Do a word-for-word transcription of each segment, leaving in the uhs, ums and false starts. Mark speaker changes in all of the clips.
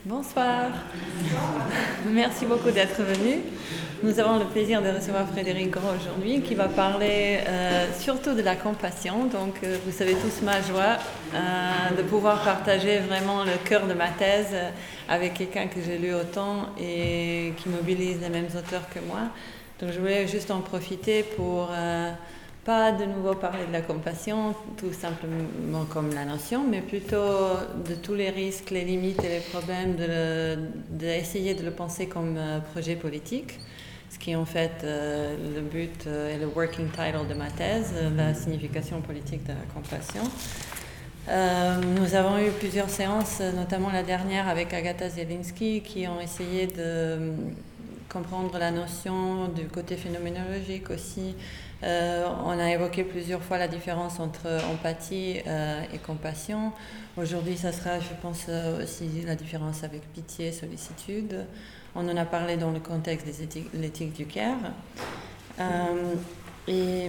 Speaker 1: Bonsoir. Merci beaucoup d'être venu. Nous avons le plaisir de recevoir Frédéric Gros aujourd'hui qui va parler euh, surtout de la compassion. Donc euh, vous savez tous ma joie euh, de pouvoir partager vraiment le cœur de ma thèse avec quelqu'un que j'ai lu autant et qui mobilise les mêmes auteurs que moi. Donc je voulais juste en profiter pour euh, pas de nouveau parler de la compassion, tout simplement comme la notion, mais plutôt de tous les risques, les limites et les problèmes, d'essayer de, de, de le penser comme euh, projet politique, ce qui est en fait euh, le but euh, et le working title de ma thèse, euh, la signification politique de la compassion. Euh, nous avons eu plusieurs séances, notamment la dernière avec Agatha Zielinski, qui ont essayé de comprendre la notion du côté phénoménologique aussi. Euh, on a évoqué plusieurs fois la différence entre empathie euh, et compassion. Aujourd'hui, ça sera, je pense, aussi la différence avec pitié, sollicitude. On en a parlé dans le contexte de l'éthique du care. Euh, et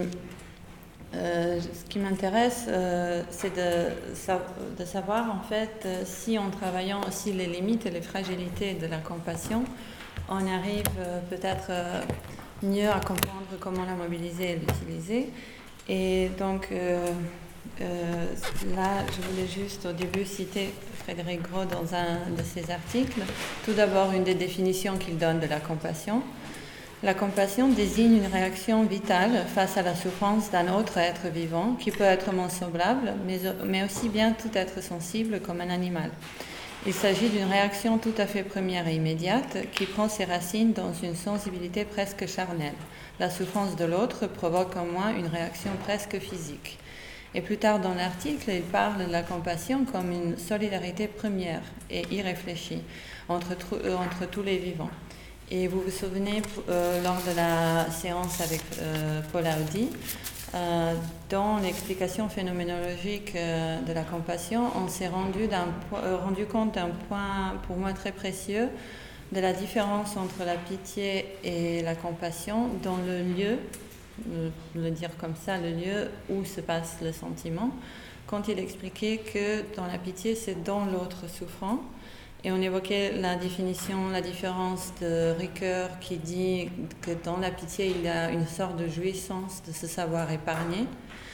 Speaker 1: euh, ce qui m'intéresse, euh, c'est de, de savoir, en fait, si en travaillant aussi les limites et les fragilités de la compassion, on arrive euh, peut-être euh, mieux à comprendre comment la mobiliser et l'utiliser. Et donc, euh, euh, là, je voulais juste au début citer Frédéric Gros dans un de ses articles. Tout d'abord, une des définitions qu'il donne de la compassion. La compassion désigne une réaction vitale face à la souffrance d'un autre être vivant qui peut être mon semblable, mais, mais aussi bien tout être sensible comme un animal. Il s'agit d'une réaction tout à fait première et immédiate qui prend ses racines dans une sensibilité presque charnelle. La souffrance de l'autre provoque en moi une réaction presque physique. Et plus tard dans l'article, il parle de la compassion comme une solidarité première et irréfléchie entre, entre tous les vivants. Et vous vous souvenez, euh, lors de la séance avec euh, Paul Audi, Euh, dans l'explication phénoménologique euh, de la compassion, on s'est rendu, d'un po- euh, rendu compte d'un point pour moi très précieux de la différence entre la pitié et la compassion dans le lieu, le, le dire comme ça, le lieu où se passe le sentiment, quand il expliquait que dans la pitié, c'est dans l'autre souffrant. Et on évoquait la définition, la différence de Ricoeur qui dit que dans la pitié, il y a une sorte de jouissance de se savoir épargner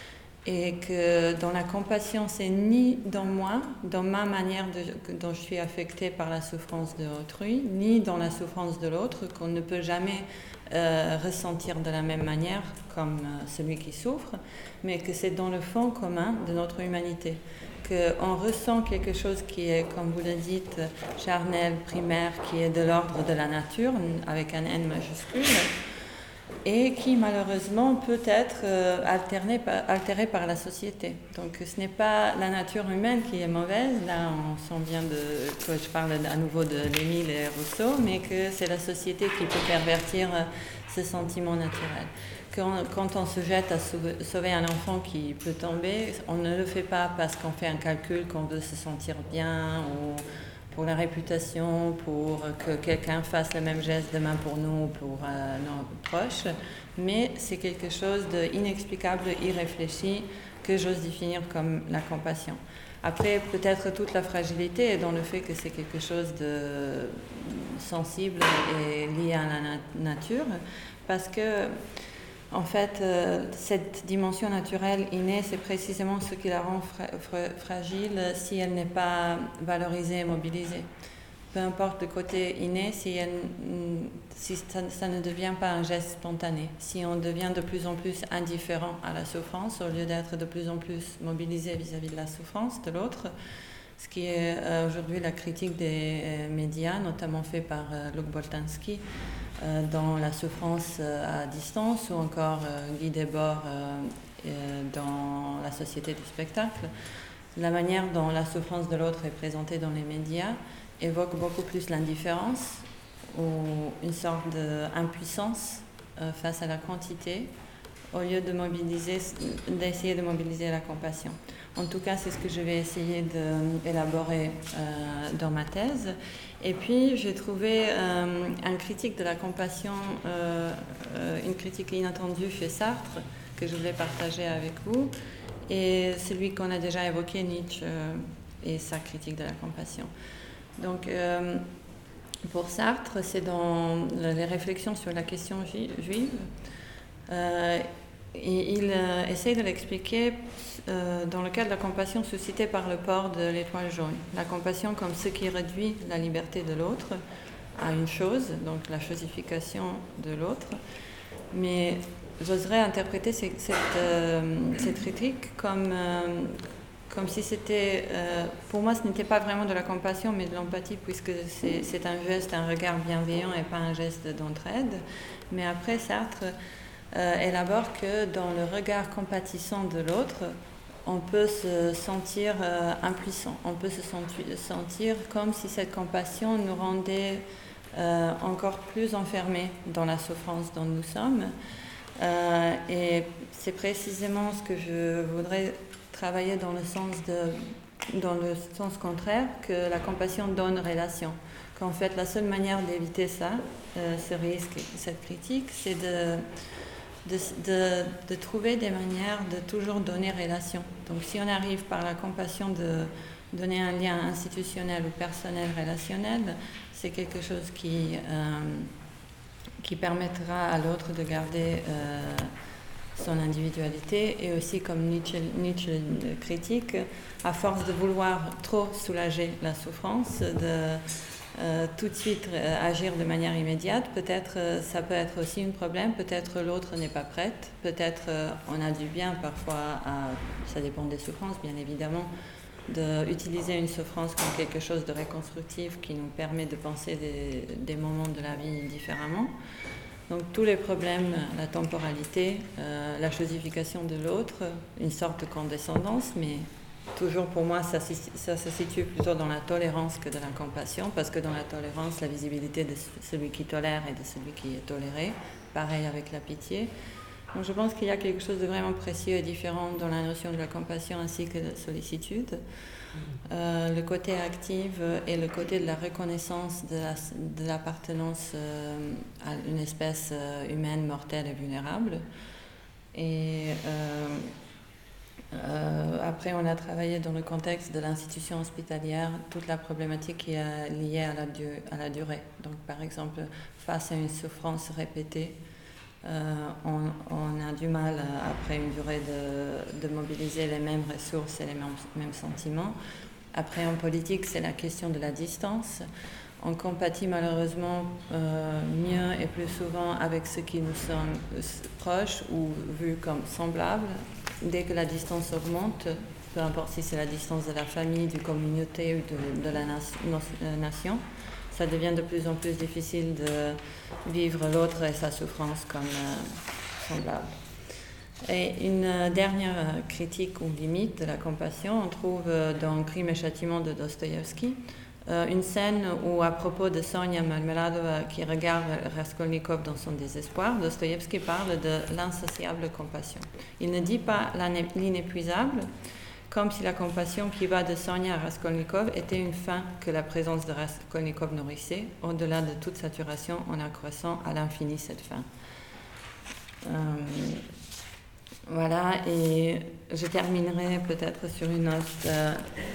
Speaker 1: et que dans la compassion, c'est ni dans moi, dans ma manière de, dont je suis affectée par la souffrance de autrui, ni dans la souffrance de l'autre qu'on ne peut jamais euh, ressentir de la même manière comme euh, celui qui souffre, mais que c'est dans le fond commun de notre humanité. Qu'on ressent quelque chose qui est, comme vous le dites, charnel, primaire, qui est de l'ordre de la nature, avec un N majuscule, et qui malheureusement peut être euh, altéré, par, altéré par la société. Donc ce n'est pas la nature humaine qui est mauvaise, là on sent bien de, que je parle à nouveau de Émile et Rousseau, mais que c'est la société qui peut pervertir euh, ce sentiment naturel. Quand, quand on se jette à sauver un enfant qui peut tomber, on ne le fait pas parce qu'on fait un calcul, qu'on veut se sentir bien ou pour la réputation, pour que quelqu'un fasse le même geste demain pour nous ou pour euh, nos proches, mais c'est quelque chose d'inexplicable, irréfléchi, que j'ose définir comme la compassion. Après, peut-être toute la fragilité est dans le fait que c'est quelque chose de sensible et lié à la na- nature, parce que en fait, euh, cette dimension naturelle innée, c'est précisément ce qui la rend fra- fra- fragile si elle n'est pas valorisée et mobilisée. Peu importe le côté inné, si, elle, si ça, ça ne devient pas un geste spontané, si on devient de plus en plus indifférent à la souffrance au lieu d'être de plus en plus mobilisé vis-à-vis de la souffrance de l'autre, ce qui est euh, aujourd'hui la critique des euh, médias, notamment fait par euh, Luc Boltanski, Euh, dans La souffrance euh, à distance, ou encore euh, Guy Debord euh, euh, dans La société du spectacle. La manière dont la souffrance de l'autre est présentée dans les médias évoque beaucoup plus l'indifférence ou une sorte d'impuissance euh, face à la quantité, au lieu de mobiliser, d'essayer de mobiliser la compassion. En tout cas, c'est ce que je vais essayer d'élaborer euh, dans ma thèse. Et puis, j'ai trouvé euh, un critique de la compassion, euh, euh, une critique inattendue chez Sartre, que je voulais partager avec vous, et celui qu'on a déjà évoqué, Nietzsche, euh, et sa critique de la compassion. Donc, euh, pour Sartre, c'est dans les réflexions sur la question juive, euh, et il euh, essaye de l'expliquer euh, dans le cas de la compassion suscitée par le port de l'étoile jaune. La compassion comme ce qui réduit la liberté de l'autre à une chose, donc la chosification de l'autre. Mais j'oserais interpréter cette, cette, euh, cette critique comme, euh, comme si c'était, euh, pour moi, ce n'était pas vraiment de la compassion, mais de l'empathie, puisque c'est, c'est un geste, un regard bienveillant et pas un geste d'entraide. Mais après, Sartre euh, élabore que dans le regard compatissant de l'autre, on peut se sentir euh, impuissant, on peut se sentir, sentir comme si cette compassion nous rendait euh, encore plus enfermés dans la souffrance dont nous sommes. Euh, et c'est précisément ce que je voudrais travailler dans le sens de, dans le sens contraire, que la compassion donne relation. Qu'en fait, la seule manière d'éviter ça, euh, ce risque, cette critique, c'est de, de, de, de trouver des manières de toujours donner relation. Donc, si on arrive par la compassion de donner un lien institutionnel ou personnel relationnel, c'est quelque chose qui, euh, qui permettra à l'autre de garder euh, son individualité, et aussi, comme Nietzsche, Nietzsche le critique, à force de vouloir trop soulager la souffrance, de euh, tout de suite euh, agir de manière immédiate, peut-être euh, ça peut être aussi un problème, peut-être l'autre n'est pas prête, peut-être euh, on a du bien parfois, à, ça dépend des souffrances bien évidemment, d'utiliser une souffrance comme quelque chose de reconstructif qui nous permet de penser des, des moments de la vie différemment. Donc tous les problèmes, la temporalité, euh, la chosification de l'autre, une sorte de condescendance, mais toujours pour moi ça, ça se situe plutôt dans la tolérance que de la compassion, parce que dans la tolérance, la visibilité de celui qui tolère et de celui qui est toléré, pareil avec la pitié. Donc je pense qu'il y a quelque chose de vraiment précieux et différent dans la notion de la compassion ainsi que de sollicitude. Euh, le côté actif et le côté de la reconnaissance de, la, de l'appartenance euh, à une espèce euh, humaine, mortelle et vulnérable. Et euh, euh, après, on a travaillé dans le contexte de l'institution hospitalière toute la problématique qui est liée à la, du- à la durée. Donc par exemple, face à une souffrance répétée, Euh, on, on a du mal, euh, après une durée, de, de mobiliser les mêmes ressources et les mêmes, mêmes sentiments. Après, en politique, c'est la question de la distance. On compatit malheureusement euh, mieux et plus souvent avec ceux qui nous sont proches ou vus comme semblables. Dès que la distance augmente, peu importe si c'est la distance de la famille, du communauté ou de, de la nation, ça devient de plus en plus difficile de vivre l'autre et sa souffrance comme euh, semblable. Et une euh, dernière critique ou limite de la compassion, on trouve euh, dans Crime et Châtiment de Dostoïevski, euh, une scène où, à propos de Sonia Marmeladova qui regarde Raskolnikov dans son désespoir, Dostoïevski parle de l'insatiable compassion. Il ne dit pas l'inépuisable, comme si la compassion qui va de Sonia à Raskolnikov était une faim que la présence de Raskolnikov nourrissait, au-delà de toute saturation, en accroissant à l'infini cette faim. Euh, voilà, et je terminerai peut-être sur une note euh,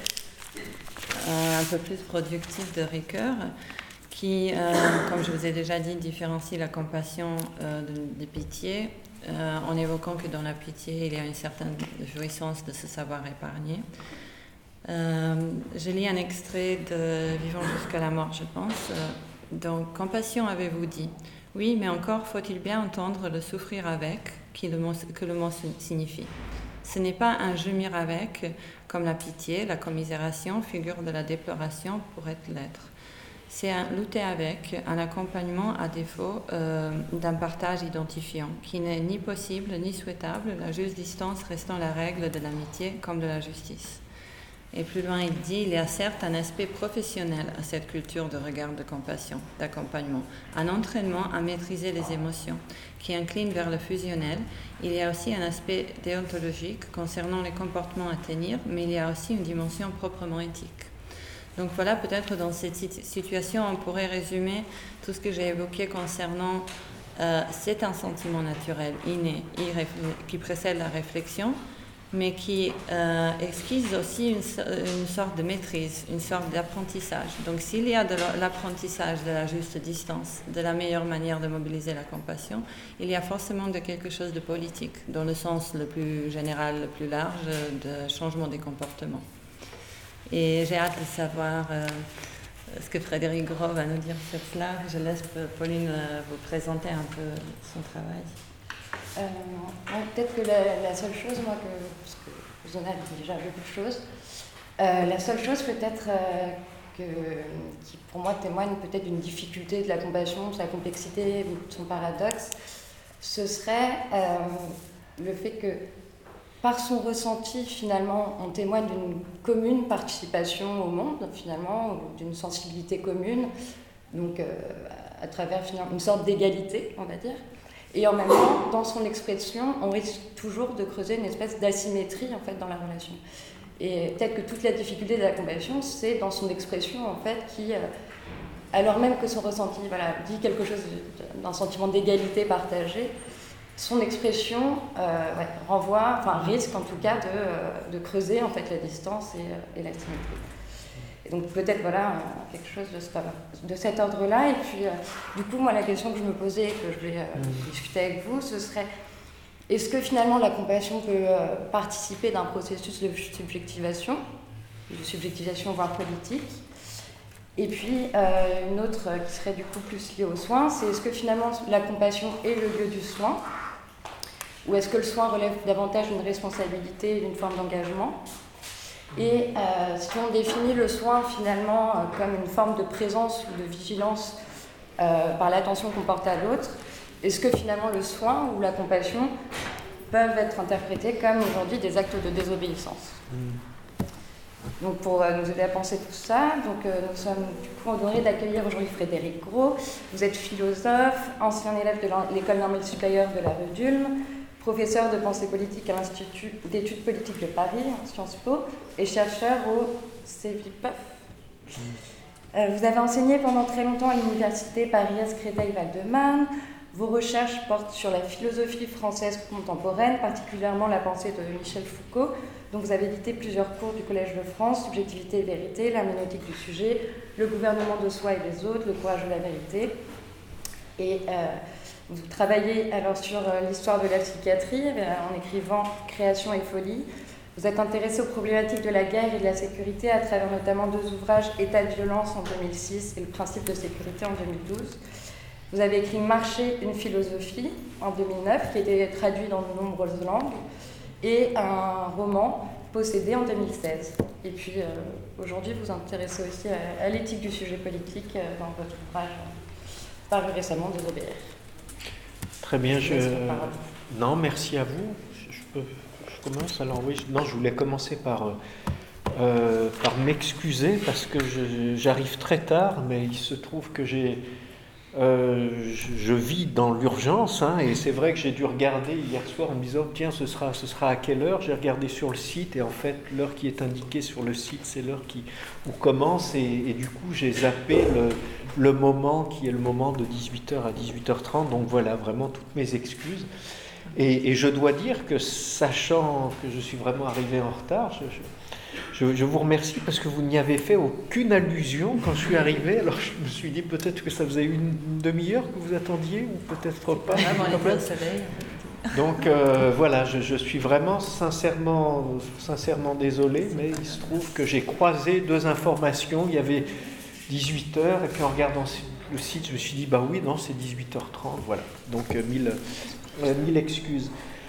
Speaker 1: un peu plus productive de Ricoeur, qui, euh, comme je vous ai déjà dit, différencie la compassion euh, de, de pitié, Euh, en évoquant que dans la pitié, il y a une certaine jouissance de se savoir épargner. Euh, je lis un extrait de Vivons jusqu'à la mort, je pense. Euh, donc, compassion, avez-vous dit? Oui, mais encore faut-il bien entendre le souffrir avec, qui le mot, que le mot signifie. Ce n'est pas un gémir avec, comme la pitié, la commisération, figure de la déploration pourrait l'être. C'est un lutter avec, un accompagnement à défaut euh, d'un partage identifiant, qui n'est ni possible ni souhaitable, la juste distance restant la règle de l'amitié comme de la justice. Et plus loin, il dit, il y a certes un aspect professionnel à cette culture de regard de compassion, d'accompagnement, un entraînement à maîtriser les émotions, qui incline vers le fusionnel. Il y a aussi un aspect déontologique concernant les comportements à tenir, mais il y a aussi une dimension proprement éthique. Donc voilà, peut-être dans cette situation, on pourrait résumer tout ce que j'ai évoqué concernant euh, c'est un sentiment naturel, inné, irréfl- qui précède la réflexion, mais qui euh, exquise aussi une, une sorte de maîtrise, une sorte d'apprentissage. Donc s'il y a de l'apprentissage de la juste distance, de la meilleure manière de mobiliser la compassion, il y a forcément de quelque chose de politique, dans le sens le plus général, le plus large, de changement des comportements. Et j'ai hâte de savoir euh, ce que Frédéric Gros va nous dire sur cela. Je laisse Pauline euh, vous présenter un peu son travail.
Speaker 2: Euh, bon, peut-être que la, la seule chose, moi, que, parce que vous en avez déjà beaucoup de choses, euh, la seule chose peut-être euh, que, qui pour moi témoigne peut-être d'une difficulté de la compassion, de sa complexité, de son paradoxe, ce serait euh, le fait que par son ressenti, finalement, on témoigne d'une commune participation au monde, finalement, ou d'une sensibilité commune, donc euh, à travers finalement, une sorte d'égalité, on va dire. Et en même temps, dans son expression, on risque toujours de creuser une espèce d'asymétrie en fait dans la relation. Et peut-être que toute la difficulté de la compassion, c'est dans son expression en fait qui, euh, alors même que son ressenti, voilà, dit quelque chose d'un sentiment d'égalité partagée, son expression euh, ouais, renvoie, enfin risque en tout cas de, euh, de creuser en fait la distance et, euh, et l'asymétrie. Et donc peut-être voilà quelque chose de, ce, de cet ordre-là. Et puis euh, du coup moi la question que je me posais et que je voulais euh, discuter avec vous, ce serait est-ce que finalement la compassion peut euh, participer d'un processus de subjectivation, de subjectivation voire politique? Et puis euh, une autre euh, qui serait du coup plus liée au soin, c'est est-ce que finalement la compassion est le lieu du soin, ou est-ce que le soin relève davantage d'une responsabilité et d'une forme d'engagement? Et euh, si on définit le soin finalement euh, comme une forme de présence ou de vigilance euh, par l'attention qu'on porte à l'autre, est-ce que finalement le soin ou la compassion peuvent être interprétés comme aujourd'hui des actes de désobéissance? Donc pour euh, nous aider à penser tout ça, donc, euh, nous sommes du coup honorés d'accueillir aujourd'hui Frédéric Gros. Vous êtes philosophe, ancien élève de l'école normale supérieure de la rue d'Ulm, professeur de pensée politique à l'Institut d'études politiques de Paris, en Sciences Po, et chercheur au CEVIPEF. Euh, vous avez enseigné pendant très longtemps à l'université Paris-Est Créteil-Val-de-Marne. Vos recherches portent sur la philosophie française contemporaine, particulièrement la pensée de Michel Foucault, dont vous avez édité plusieurs cours du Collège de France, Subjectivité et vérité, l'herméneutique du sujet, le gouvernement de soi et des autres, le courage de la vérité. Et euh, vous travaillez alors sur l'histoire de la psychiatrie en écrivant Création et folie. Vous êtes intéressé aux problématiques de la guerre et de la sécurité à travers notamment deux ouvrages, État de violence en deux mille six et Le principe de sécurité en deux mille douze. Vous avez écrit Marcher, une philosophie en deux mille neuf qui a été traduit dans de nombreuses langues et un roman, Possédé en deux mille seize. Et puis euh, aujourd'hui vous vous intéressez aussi à, à l'éthique du sujet politique euh, dans votre ouvrage euh, paru récemment de Robert.
Speaker 3: Très bien, je... Non, merci à vous. Je, peux... je commence alors, oui. Je... Non, je voulais commencer par, euh, par m'excuser parce que je... j'arrive très tard, mais il se trouve que j'ai... Euh, je, je vis dans l'urgence, hein, et c'est vrai que j'ai dû regarder hier soir en me disant tiens ce sera, ce sera à quelle heure. J'ai regardé sur le site et en fait l'heure qui est indiquée sur le site c'est l'heure qui, où commence et, et du coup j'ai zappé le, le moment qui est le moment de dix-huit heures à dix-huit heures trente, donc voilà vraiment toutes mes excuses et, et je dois dire que sachant que je suis vraiment arrivé en retard, je, je Je, je vous remercie parce que vous n'y avez fait aucune allusion quand je suis arrivé. Alors je me suis dit peut-être que ça faisait une, une demi-heure que vous attendiez ou peut-être pas.
Speaker 1: Vraiment les pleins soleil.
Speaker 3: Donc euh, voilà, je, je suis vraiment sincèrement, sincèrement désolé, mais il se trouve que j'ai croisé deux informations. Il y avait dix-huit heures et puis en regardant le site, je me suis dit bah oui, non, c'est dix-huit heures trente. Voilà, donc euh, mille, euh, mille excuses.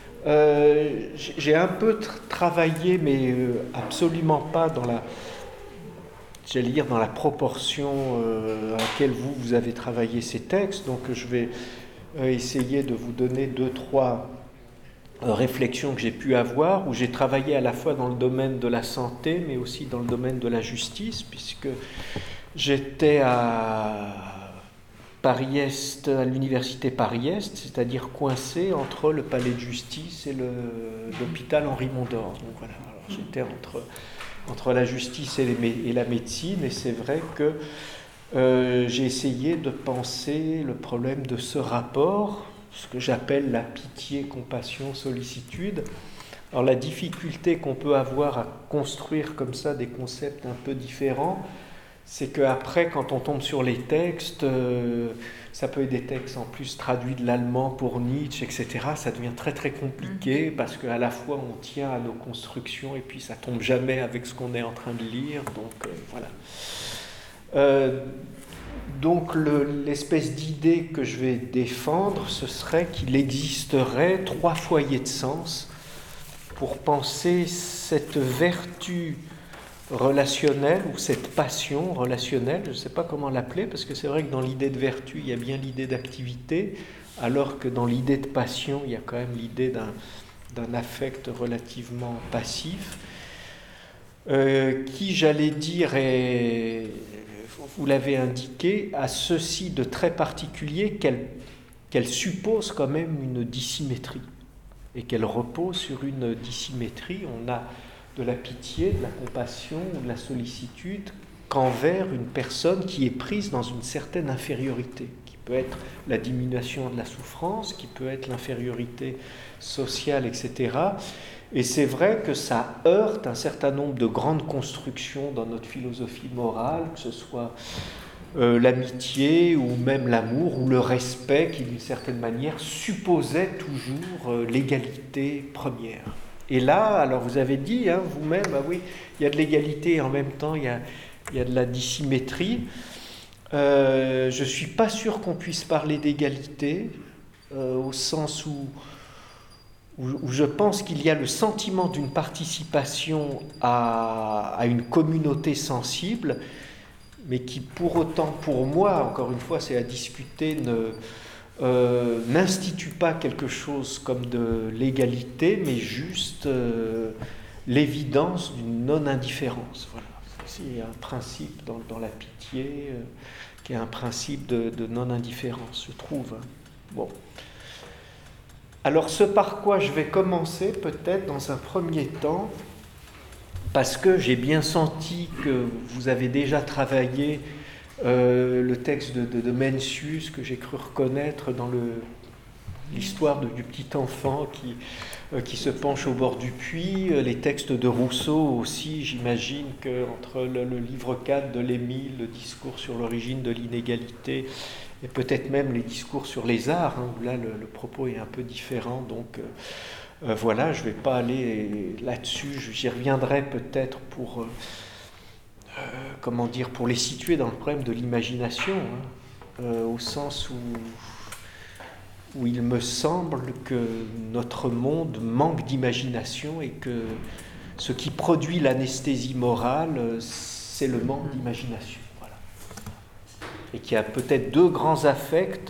Speaker 3: Euh, j'ai un peu tra- travaillé, mais euh, absolument pas dans la, j'allais dire dans la proportion euh, à laquelle vous, vous avez travaillé ces textes. Donc je vais euh, essayer de vous donner deux, trois euh, réflexions que j'ai pu avoir, où j'ai travaillé à la fois dans le domaine de la santé, mais aussi dans le domaine de la justice, puisque j'étais à Paris-Est, à l'université Paris-Est, c'est-à-dire coincé entre le palais de justice et le, l'hôpital Henri Mondor. Donc voilà, alors j'étais entre, entre la justice et, les, et la médecine, et c'est vrai que euh, j'ai essayé de penser le problème de ce rapport, ce que j'appelle la pitié, compassion, sollicitude, Alors la difficulté qu'on peut avoir à construire comme ça des concepts un peu différents, c'est qu'après, quand on tombe sur les textes, euh, ça peut être des textes en plus traduits de l'allemand pour Nietzsche, et cetera. Ça devient très très compliqué parce qu'à la fois on tient à nos constructions et puis ça tombe jamais avec ce qu'on est en train de lire. Donc euh, voilà. Euh, donc le, l'espèce d'idée que je vais défendre, ce serait qu'il existerait trois foyers de sens pour penser cette vertu relationnelle ou cette passion relationnelle, je ne sais pas comment l'appeler, parce que c'est vrai que dans l'idée de vertu, il y a bien l'idée d'activité, alors que dans l'idée de passion, il y a quand même l'idée d'un, d'un affect relativement passif, euh, qui, j'allais dire, est, vous l'avez indiqué, a ceci de très particulier qu'elle, qu'elle suppose quand même une dissymétrie, et qu'elle repose sur une dissymétrie. On a de la pitié, de la compassion ou de la sollicitude qu'envers une personne qui est prise dans une certaine infériorité, qui peut être la diminution de la souffrance, qui peut être l'infériorité sociale, et cetera. Et c'est vrai que ça heurte un certain nombre de grandes constructions dans notre philosophie morale, que ce soit euh, l'amitié ou même l'amour ou le respect, qui d'une certaine manière supposait toujours euh, l'égalité première. Et là, alors vous avez dit hein, vous-même, ah oui, il y a de l'égalité et en même temps il y a, il y a de la dissymétrie. Euh, je ne suis pas sûr qu'on puisse parler d'égalité, euh, au sens où, où, où je pense qu'il y a le sentiment d'une participation à, à une communauté sensible, mais qui pour autant, pour moi, encore une fois, c'est à discuter, ne... Euh, n'institue pas quelque chose comme de l'égalité, mais juste euh, l'évidence d'une non-indifférence. Voilà. C'est un principe dans, dans la pitié euh, qui est un principe de, de non-indifférence, je trouve. Bon. Alors, ce par quoi je vais commencer, peut-être dans un premier temps, parce que j'ai bien senti que vous avez déjà travaillé Euh, le texte de, de, de Mencius que j'ai cru reconnaître dans le, l'histoire de, du petit enfant qui, euh, qui se penche au bord du puits, euh, les textes de Rousseau aussi, j'imagine qu'entre le, le livre quatre de l'Émile, le discours sur l'origine de l'inégalité, et peut-être même les discours sur les arts, hein, où là le, le propos est un peu différent, donc euh, euh, voilà, je ne vais pas aller là-dessus, j'y reviendrai peut-être pour... Euh, Euh, comment dire, pour les situer dans le problème de l'imagination, hein, euh, au sens où, où il me semble que notre monde manque d'imagination et que ce qui produit l'anesthésie morale, c'est le manque d'imagination. Voilà. Et qu'il y a peut-être deux grands affects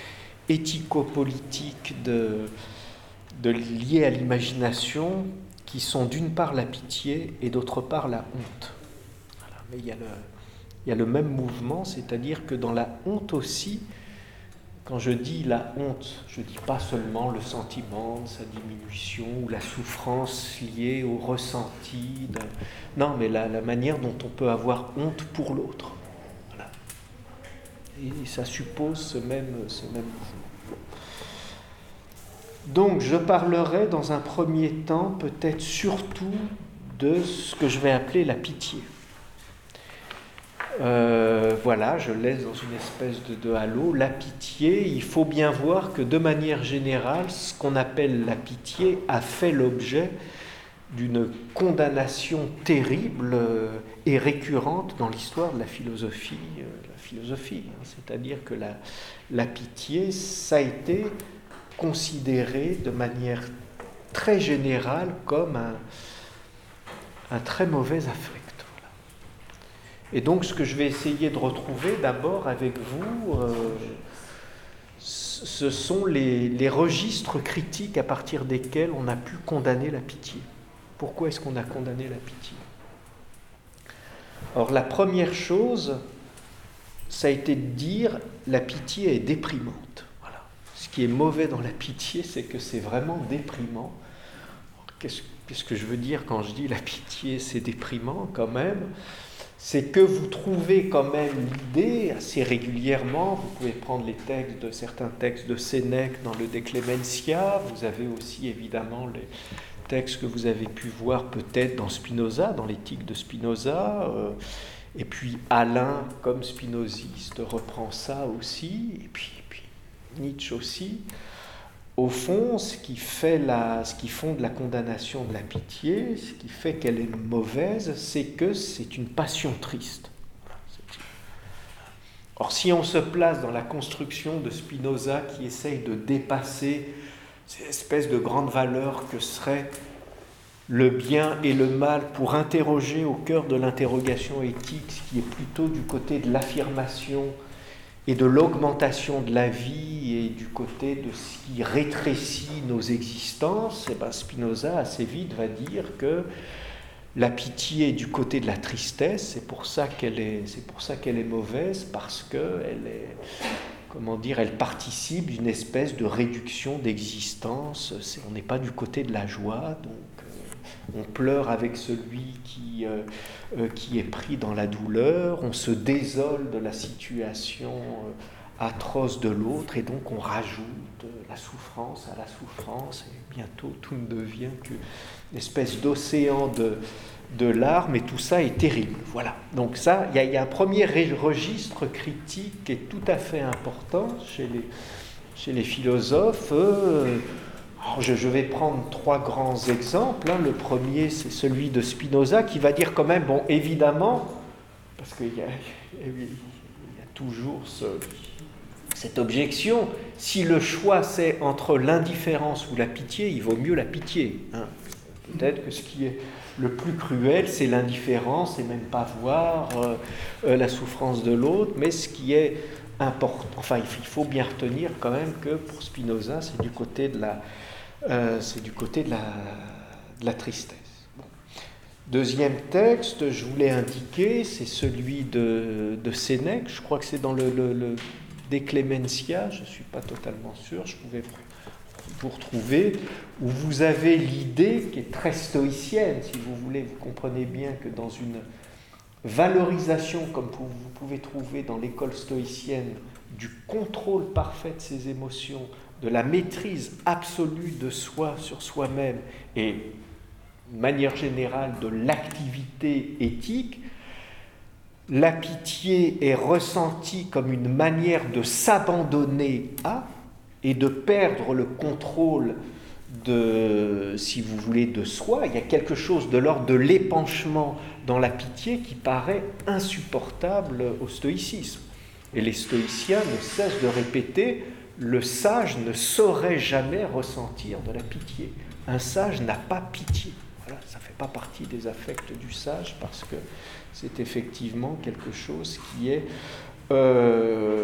Speaker 3: éthico-politiques de, de liés à l'imagination qui sont d'une part la pitié et d'autre part la honte. Mais il y a le, il y a le même mouvement, c'est-à-dire que dans la honte aussi, quand je dis la honte, je ne dis pas seulement le sentiment de sa diminution ou la souffrance liée au ressenti. De, non, mais la, la manière dont on peut avoir honte pour l'autre. Voilà. Et ça suppose ce même, ce même mouvement. Donc, je parlerai dans un premier temps, peut-être surtout, de ce que je vais appeler la pitié. Euh, voilà, je laisse dans une espèce de, de halo. La pitié, il faut bien voir que de manière générale, ce qu'on appelle la pitié a fait l'objet d'une condamnation terrible et récurrente dans l'histoire de la philosophie. La philosophie, hein, c'est-à-dire que la, la pitié, ça a été considéré de manière très générale comme un, un très mauvais affect. Et donc, ce que je vais essayer de retrouver d'abord avec vous, euh, ce sont les, les registres critiques à partir desquels on a pu condamner la pitié. Pourquoi est-ce qu'on a condamné la pitié ? Alors, la première chose, ça a été de dire la pitié est déprimante. Voilà. Ce qui est mauvais dans la pitié, c'est que c'est vraiment déprimant. Alors, qu'est-ce, qu'est-ce que je veux dire quand je dis la pitié, c'est déprimant quand même ? C'est que vous trouvez quand même l'idée assez régulièrement, vous pouvez prendre les textes de certains textes de Sénèque dans le De Clementia, vous avez aussi évidemment les texte que vous avez pu voir peut-être dans Spinoza, dans l'éthique de Spinoza, euh, et puis Alain, comme spinoziste, reprend ça aussi, et puis, et puis Nietzsche aussi. Au fond, ce qui, fait la, ce qui fonde la condamnation de la pitié, ce qui fait qu'elle est mauvaise, c'est que c'est une passion triste. Or, si on se place dans la construction de Spinoza qui essaye de dépasser ces espèces de grandes valeurs que seraient le bien et le mal pour interroger au cœur de l'interrogation éthique, ce qui est plutôt du côté de l'affirmation et de l'augmentation de la vie et du côté de ce qui rétrécit nos existences, et ben Spinoza assez vite va dire que la pitié est du côté de la tristesse, c'est pour ça qu'elle est, c'est pour ça qu'elle est mauvaise, parce qu'elle est, comment dire, elle participe d'une espèce de réduction d'existence. C'est, on n'est pas du côté de la joie, donc euh, on pleure avec celui qui, euh, euh, qui est pris dans la douleur, on se désole de la situation euh, atroce de l'autre, et donc on rajoute la souffrance à la souffrance, et bientôt tout ne devient qu'une espèce d'océan de, de larmes, et tout ça est terrible. Voilà. Donc ça, il y, y a un premier registre critique qui est tout à fait important chez les, chez les philosophes. Euh, je, je vais prendre trois grands exemples. Hein. Le premier, c'est celui de Spinoza, qui va dire quand même, bon, évidemment, parce qu'il y a, il y a toujours ce... cette objection, si le choix c'est entre l'indifférence ou la pitié, il vaut mieux la pitié. Hein. Peut-être que ce qui est le plus cruel, c'est l'indifférence et même pas voir euh, euh, la souffrance de l'autre, mais ce qui est important, enfin il faut bien retenir quand même que pour Spinoza, c'est du côté de la, euh, c'est du côté de la, de la tristesse. Bon. Deuxième texte, je voulais indiquer, c'est celui de, de Sénèque, je crois que c'est dans le, le, le De Clementia, je ne suis pas totalement sûr, je pouvais vous retrouver, où vous avez l'idée qui est très stoïcienne, si vous voulez, vous comprenez bien que dans une valorisation, comme vous pouvez trouver dans l'école stoïcienne, du contrôle parfait de ses émotions, de la maîtrise absolue de soi sur soi-même, et de manière générale de l'activité éthique, la pitié est ressentie comme une manière de s'abandonner à et de perdre le contrôle de, si vous voulez, de soi. Il y a quelque chose de l'ordre de l'épanchement dans la pitié qui paraît insupportable au stoïcisme. Et les stoïciens ne cessent de répéter, le sage ne saurait jamais ressentir de la pitié. Un sage n'a pas pitié. Voilà, ça ne fait pas partie des affects du sage parce que c'est effectivement quelque chose qui est euh,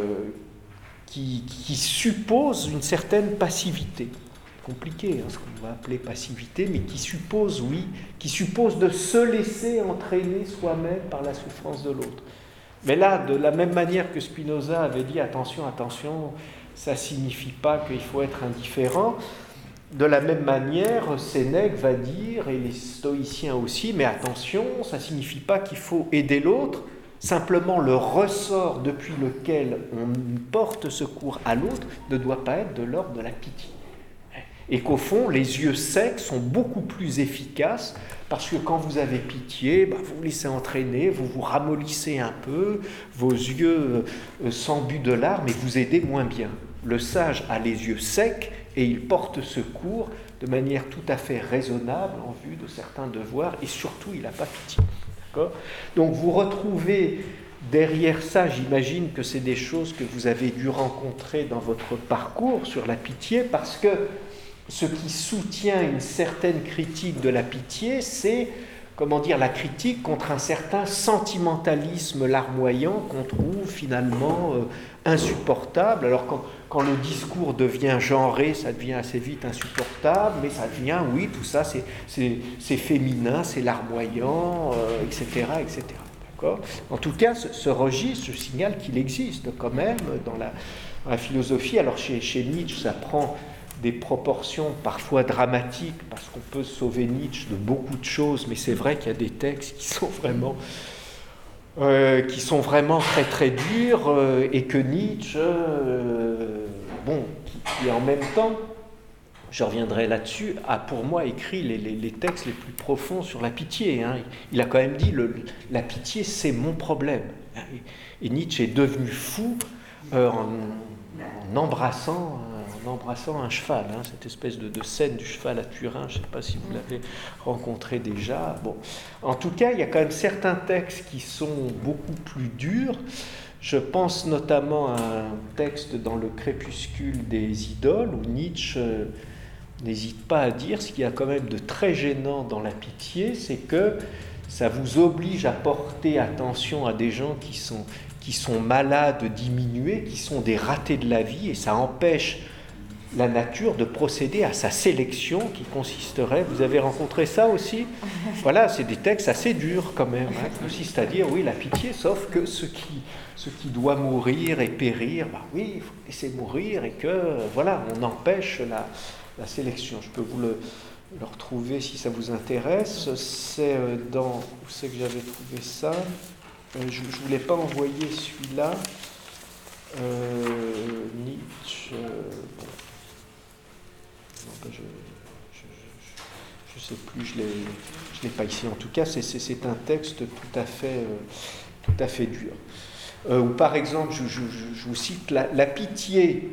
Speaker 3: qui, qui suppose une certaine passivité. Compliqué, hein, ce qu'on va appeler passivité, mais qui suppose, oui, qui suppose de se laisser entraîner soi-même par la souffrance de l'autre. Mais là, de la même manière que Spinoza avait dit attention, attention, ça ne signifie pas qu'il faut être indifférent. De la même manière, Sénèque va dire, et les stoïciens aussi, mais attention, ça ne signifie pas qu'il faut aider l'autre, simplement le ressort depuis lequel on porte secours à l'autre ne doit pas être de l'ordre de la pitié. Et qu'au fond, les yeux secs sont beaucoup plus efficaces parce que quand vous avez pitié, bah, vous vous laissez entraîner, vous vous ramollissez un peu, vos yeux euh, s'embuent de larmes et vous aidez moins bien. Le sage a les yeux secs et il porte secours de manière tout à fait raisonnable en vue de certains devoirs et surtout il n'a pas pitié. D'accord ? Donc vous retrouvez derrière ça, j'imagine que c'est des choses que vous avez dû rencontrer dans votre parcours sur la pitié parce que ce qui soutient une certaine critique de la pitié, c'est, comment dire, la critique contre un certain sentimentalisme larmoyant qu'on trouve finalement euh, insupportable. Alors quand, quand le discours devient genré, ça devient assez vite insupportable, mais ça devient, oui, tout ça, c'est, c'est, c'est féminin, c'est larmoyant, euh, et cetera, et cetera. D'accord ? En tout cas, ce, ce registre, je signale qu'il existe quand même dans la, dans la philosophie. Alors chez, chez Nietzsche, ça prend des proportions parfois dramatiques, parce qu'on peut sauver Nietzsche de beaucoup de choses, mais c'est vrai qu'il y a des textes qui sont vraiment, euh, qui sont vraiment très très durs, euh, et que Nietzsche, euh, bon, qui, qui en même temps je reviendrai là-dessus, a pour moi écrit les, les, les textes les plus profonds sur la pitié. Hein. Il a quand même dit le, la pitié, c'est mon problème. Et, et Nietzsche est devenu fou euh, en, en, embrassant, en embrassant un cheval. Hein. Cette espèce de, de scène du cheval à Turin, je ne sais pas si vous l'avez rencontré déjà. Bon. En tout cas, il y a quand même certains textes qui sont beaucoup plus durs. Je pense notamment à un texte dans le Crépuscule des idoles où Nietzsche euh, n'hésite pas à dire ce qu'il y a quand même de très gênant dans la pitié, c'est que ça vous oblige à porter attention à des gens qui sont, qui sont malades, diminués, qui sont des ratés de la vie, et ça empêche la nature de procéder à sa sélection qui consisterait, vous avez rencontré ça aussi? Voilà, c'est des textes assez durs quand même, hein, qui consistent à dire, oui, la pitié, sauf que ce qui, ce qui doit mourir et périr, bah oui, il faut laisser mourir, et que, voilà, on empêche la, la sélection. Je peux vous le, le retrouver si ça vous intéresse. C'est dans, où c'est que j'avais trouvé ça? Je ne voulais pas envoyer celui-là. Euh, Nietzsche... Euh, bon. Je ne sais plus, je ne l'ai pas ici. En tout cas, c'est, c'est, c'est un texte tout à fait, euh, tout à fait dur. Euh, ou par exemple, je, je, je vous cite, la, la pitié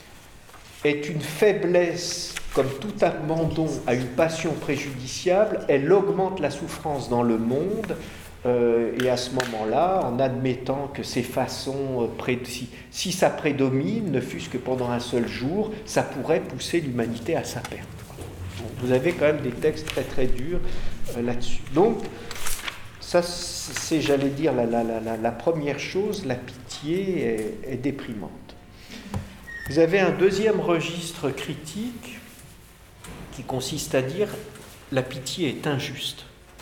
Speaker 3: est une faiblesse comme tout abandon à une passion préjudiciable, elle augmente la souffrance dans le monde, euh, et à ce moment-là, en admettant que ces façons, euh, pré- si, si ça prédomine, ne fût-ce que pendant un seul jour, ça pourrait pousser l'humanité à sa perte. Donc, vous avez quand même des textes très très durs euh, là-dessus. Donc, ça c'est, j'allais dire, la, la, la, la première chose, la pitié est, est déprimante. Vous avez un deuxième registre critique qui consiste à dire la pitié est injuste.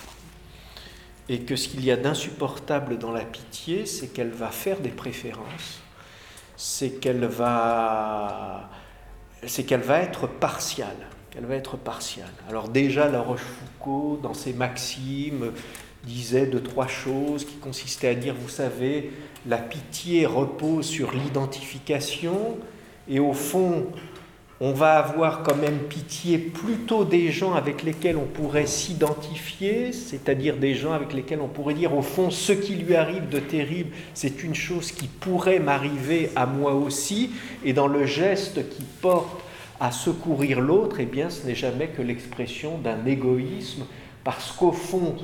Speaker 3: Et que ce qu'il y a d'insupportable dans la pitié, c'est qu'elle va faire des préférences, c'est qu'elle va, c'est qu'elle va être partiale, qu'elle va être partiale. Alors déjà, La Rochefoucauld, dans ses maximes, disait deux, trois choses qui consistaient à dire, vous savez, la pitié repose sur l'identification, et au fond, on va avoir quand même pitié plutôt des gens avec lesquels on pourrait s'identifier, c'est-à-dire des gens avec lesquels on pourrait dire, au fond, ce qui lui arrive de terrible, c'est une chose qui pourrait m'arriver à moi aussi, et dans le geste qui porte à secourir l'autre, eh bien, ce n'est jamais que l'expression d'un égoïsme, parce qu'au fond,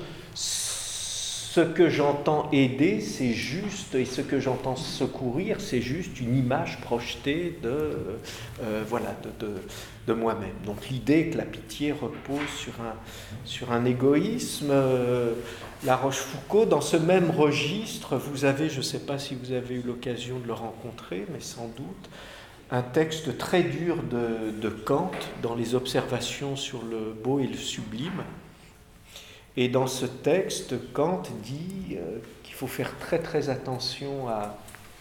Speaker 3: ce que j'entends aider, c'est juste, et ce que j'entends secourir, c'est juste une image projetée de, euh, voilà, de, de, de moi-même. Donc l'idée que la pitié repose sur un, sur un égoïsme, euh, La Rochefoucauld, dans ce même registre, vous avez, je ne sais pas si vous avez eu l'occasion de le rencontrer, mais sans doute, un texte très dur de, de Kant, dans les observations sur le beau et le sublime. Et dans ce texte, Kant dit euh, qu'il faut faire très très attention à,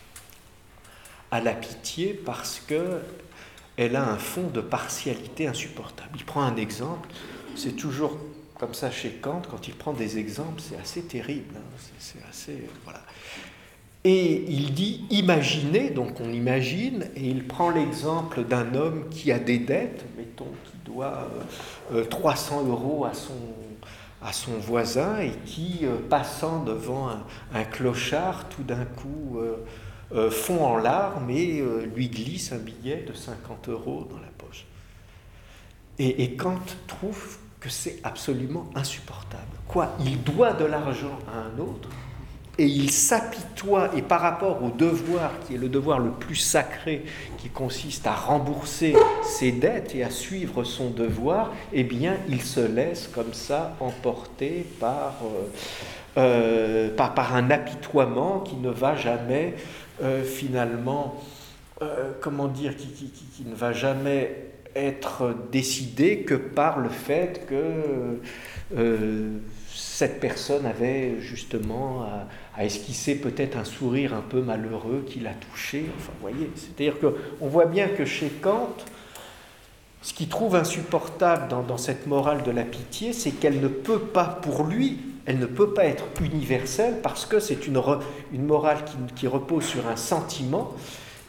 Speaker 3: à la pitié parce qu'elle a un fond de partialité insupportable. Il prend un exemple, c'est toujours comme ça chez Kant, quand il prend des exemples, c'est assez terrible, hein, c'est, c'est assez... Voilà. Et il dit « imaginez », donc on imagine, et il prend l'exemple d'un homme qui a des dettes, mettons, qui doit euh, trois cents euros à son... à son voisin et qui, euh, passant devant un, un clochard, tout d'un coup euh, euh, fond en larmes et euh, lui glisse un billet de cinquante euros dans la poche. Et, et Kant trouve que c'est absolument insupportable. Quoi, il doit de l'argent à un autre et il s'apitoie, et par rapport au devoir, qui est le devoir le plus sacré, qui consiste à rembourser ses dettes et à suivre son devoir, eh bien, il se laisse comme ça emporter par, euh, euh, par, par un apitoiement qui ne va jamais, euh, finalement, euh, comment dire, qui, qui, qui, qui ne va jamais être décidé que par le fait que euh, cette personne avait justement à, à esquisser peut-être un sourire un peu malheureux qui l'a touché. Enfin, vous voyez, c'est-à-dire qu'on voit bien que chez Kant, ce qu'il trouve insupportable dans, dans cette morale de la pitié, c'est qu'elle ne peut pas, pour lui, elle ne peut pas être universelle parce que c'est une, re, une morale qui, qui repose sur un sentiment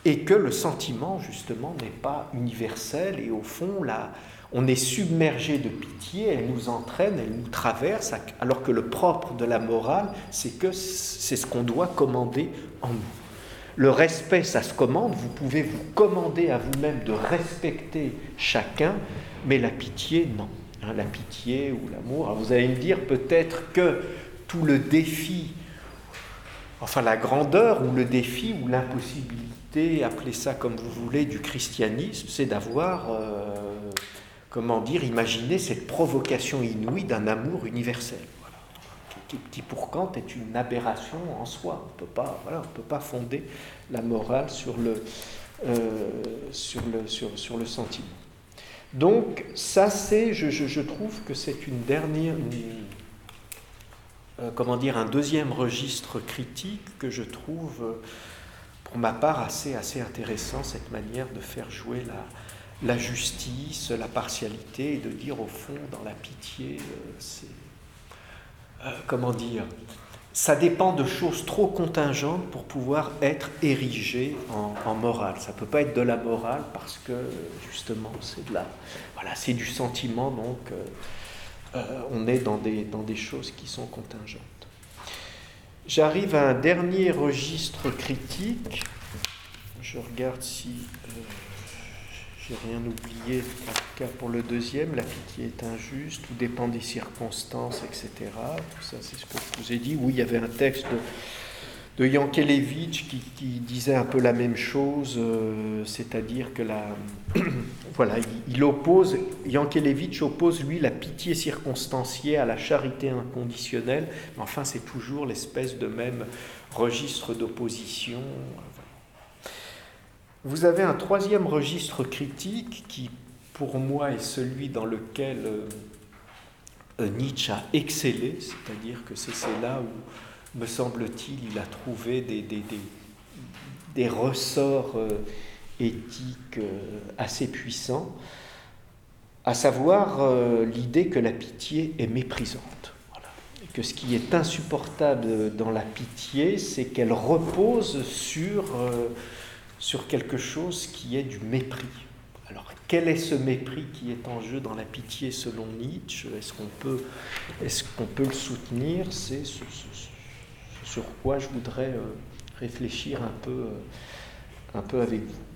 Speaker 3: et que le sentiment, justement, n'est pas universel, et au fond, là, on est submergé de pitié, elle nous entraîne, elle nous traverse, alors que le propre de la morale, c'est que c'est ce qu'on doit commander en nous. Le respect, ça se commande, vous pouvez vous commander à vous-même de respecter chacun, mais la pitié, non. Hein, la pitié ou l'amour, alors vous allez me dire peut-être que tout le défi, enfin la grandeur ou le défi ou l'impossibilité, appelez ça comme vous voulez, du christianisme, c'est d'avoir, euh, comment dire, imaginé cette provocation inouïe d'un amour universel. Voilà. Qui, qui pour Kant est une aberration en soi. On peut pas, voilà, on ne peut pas fonder la morale sur le, euh, sur le, sur, sur le sentiment. Donc ça c'est, je, je, je trouve que c'est une dernière... Une, Euh, comment dire, un deuxième registre critique que je trouve, pour ma part, assez, assez intéressant, cette manière de faire jouer la, la justice, la partialité, et de dire, au fond, dans la pitié, euh, c'est... Euh, comment dire, ça dépend de choses trop contingentes pour pouvoir être érigé en, en morale. Ça ne peut pas être de la morale parce que, justement, c'est de la... Voilà, c'est du sentiment, donc... Euh, Euh, on est dans des, dans des choses qui sont contingentes. J'arrive à un dernier registre critique. Je regarde si euh, j'ai rien oublié, en tout cas pour le deuxième, la pitié est injuste, tout dépend des circonstances, et cetera. Tout ça, c'est ce que je vous ai dit. Oui, il y avait un texte de, de Yankelevitch qui, qui disait un peu la même chose, euh, c'est-à-dire que la... Voilà, il, il oppose, Yankelevitch oppose, lui, la pitié circonstanciée à la charité inconditionnelle, mais enfin, c'est toujours l'espèce de même registre d'opposition. Vous avez un troisième registre critique qui, pour moi, est celui dans lequel euh, Nietzsche a excellé, c'est-à-dire que c'est, c'est là où, me semble-t-il, il a trouvé des, des, des, des ressorts euh, éthique assez puissant, à savoir euh, l'idée que la pitié est méprisante. Voilà. Et que ce qui est insupportable dans la pitié, c'est qu'elle repose sur, euh, sur quelque chose qui est du mépris. Alors, quel est ce mépris qui est en jeu dans la pitié selon Nietzsche ? Est-ce qu'on peut, est-ce qu'on peut le soutenir ? C'est ce, ce, ce sur quoi je voudrais euh, réfléchir un peu, euh, un peu avec vous.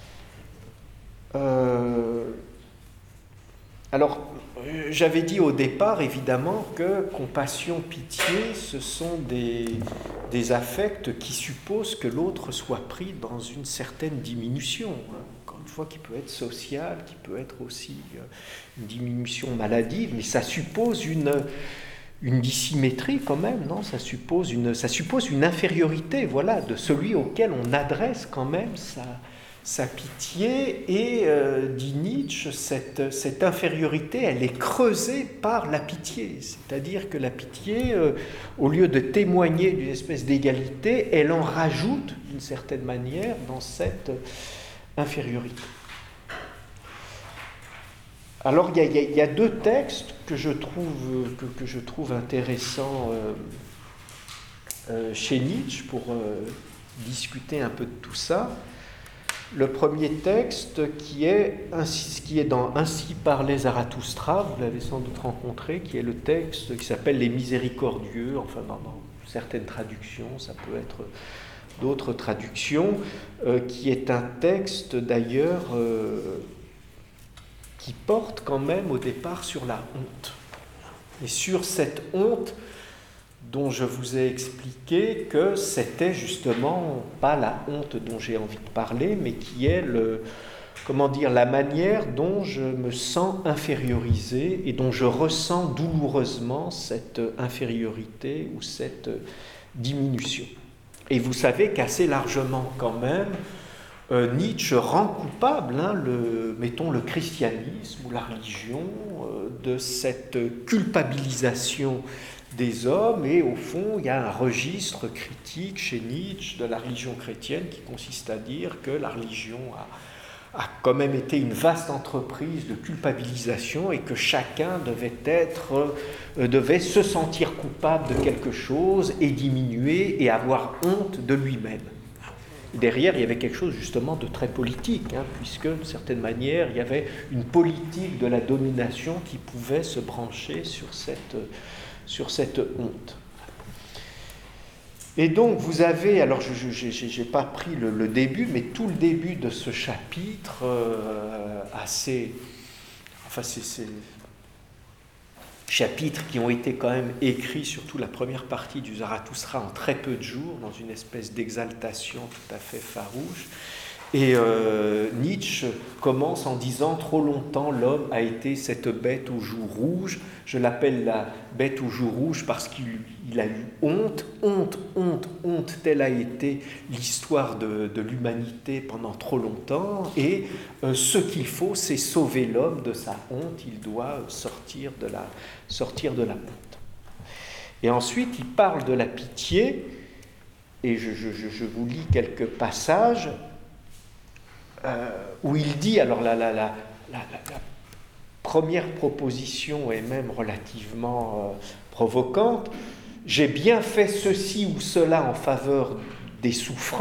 Speaker 3: Euh, alors, j'avais dit au départ, évidemment, que compassion, pitié, ce sont des, des affects qui supposent que l'autre soit pris dans une certaine diminution. Hein. Encore une fois, qui peut être sociale, qui peut être aussi une diminution maladive, mais ça suppose une, une dissymétrie quand même, non ? Ça suppose une, ça suppose une infériorité, voilà, de celui auquel on adresse quand même sa... sa pitié, et, euh, dit Nietzsche, cette, cette infériorité, elle est creusée par la pitié. C'est-à-dire que la pitié, euh, au lieu de témoigner d'une espèce d'égalité, elle en rajoute, d'une certaine manière, dans cette infériorité. Alors, il y, y, y a deux textes que je trouve, que, que je trouve intéressants euh, euh, chez Nietzsche pour euh, discuter un peu de tout ça. Le premier texte qui est, ainsi, qui est dans « Ainsi parlait Zarathustra », vous l'avez sans doute rencontré, qui est le texte qui s'appelle « Les miséricordieux », enfin dans, dans certaines traductions, ça peut être d'autres traductions, euh, qui est un texte d'ailleurs euh, qui porte quand même au départ sur la honte. Et sur cette honte dont je vous ai expliqué que c'était justement pas la honte dont j'ai envie de parler, mais qui est le, comment dire, la manière dont je me sens infériorisé et dont je ressens douloureusement cette infériorité ou cette diminution. Et vous savez qu'assez largement quand même, euh, Nietzsche rend coupable, hein, le, mettons le christianisme ou la religion, euh, de cette culpabilisation des hommes, et au fond, il y a un registre critique chez Nietzsche de la religion chrétienne qui consiste à dire que la religion a, a quand même été une vaste entreprise de culpabilisation et que chacun devait être, euh, devait se sentir coupable de quelque chose et diminuer et avoir honte de lui-même. Derrière, il y avait quelque chose justement de très politique, hein, puisque d'une certaine manière, il y avait une politique de la domination qui pouvait se brancher sur cette, sur cette honte. Et donc vous avez, alors je n'ai pas pris le, le début, mais tout le début de ce chapitre, euh, assez, enfin c'est chapitres qui ont été quand même écrits, surtout la première partie du Zarathustra, en très peu de jours, dans une espèce d'exaltation tout à fait farouche. Et euh, Nietzsche commence en disant « Trop longtemps, l'homme a été cette bête aux joues rouges. Je l'appelle la bête aux joues rouges parce qu'il il a eu honte, honte, honte, honte. Telle a été l'histoire de, de l'humanité pendant trop longtemps. Et euh, ce qu'il faut, c'est sauver l'homme de sa honte. Il doit sortir de la, sortir de la honte. » Et ensuite, il parle de la pitié. Et je, je, je vous lis quelques passages. Euh, où il dit, alors la, la, la, la, la première proposition est même relativement euh, provocante, « J'ai bien fait ceci ou cela en faveur des souffrants ».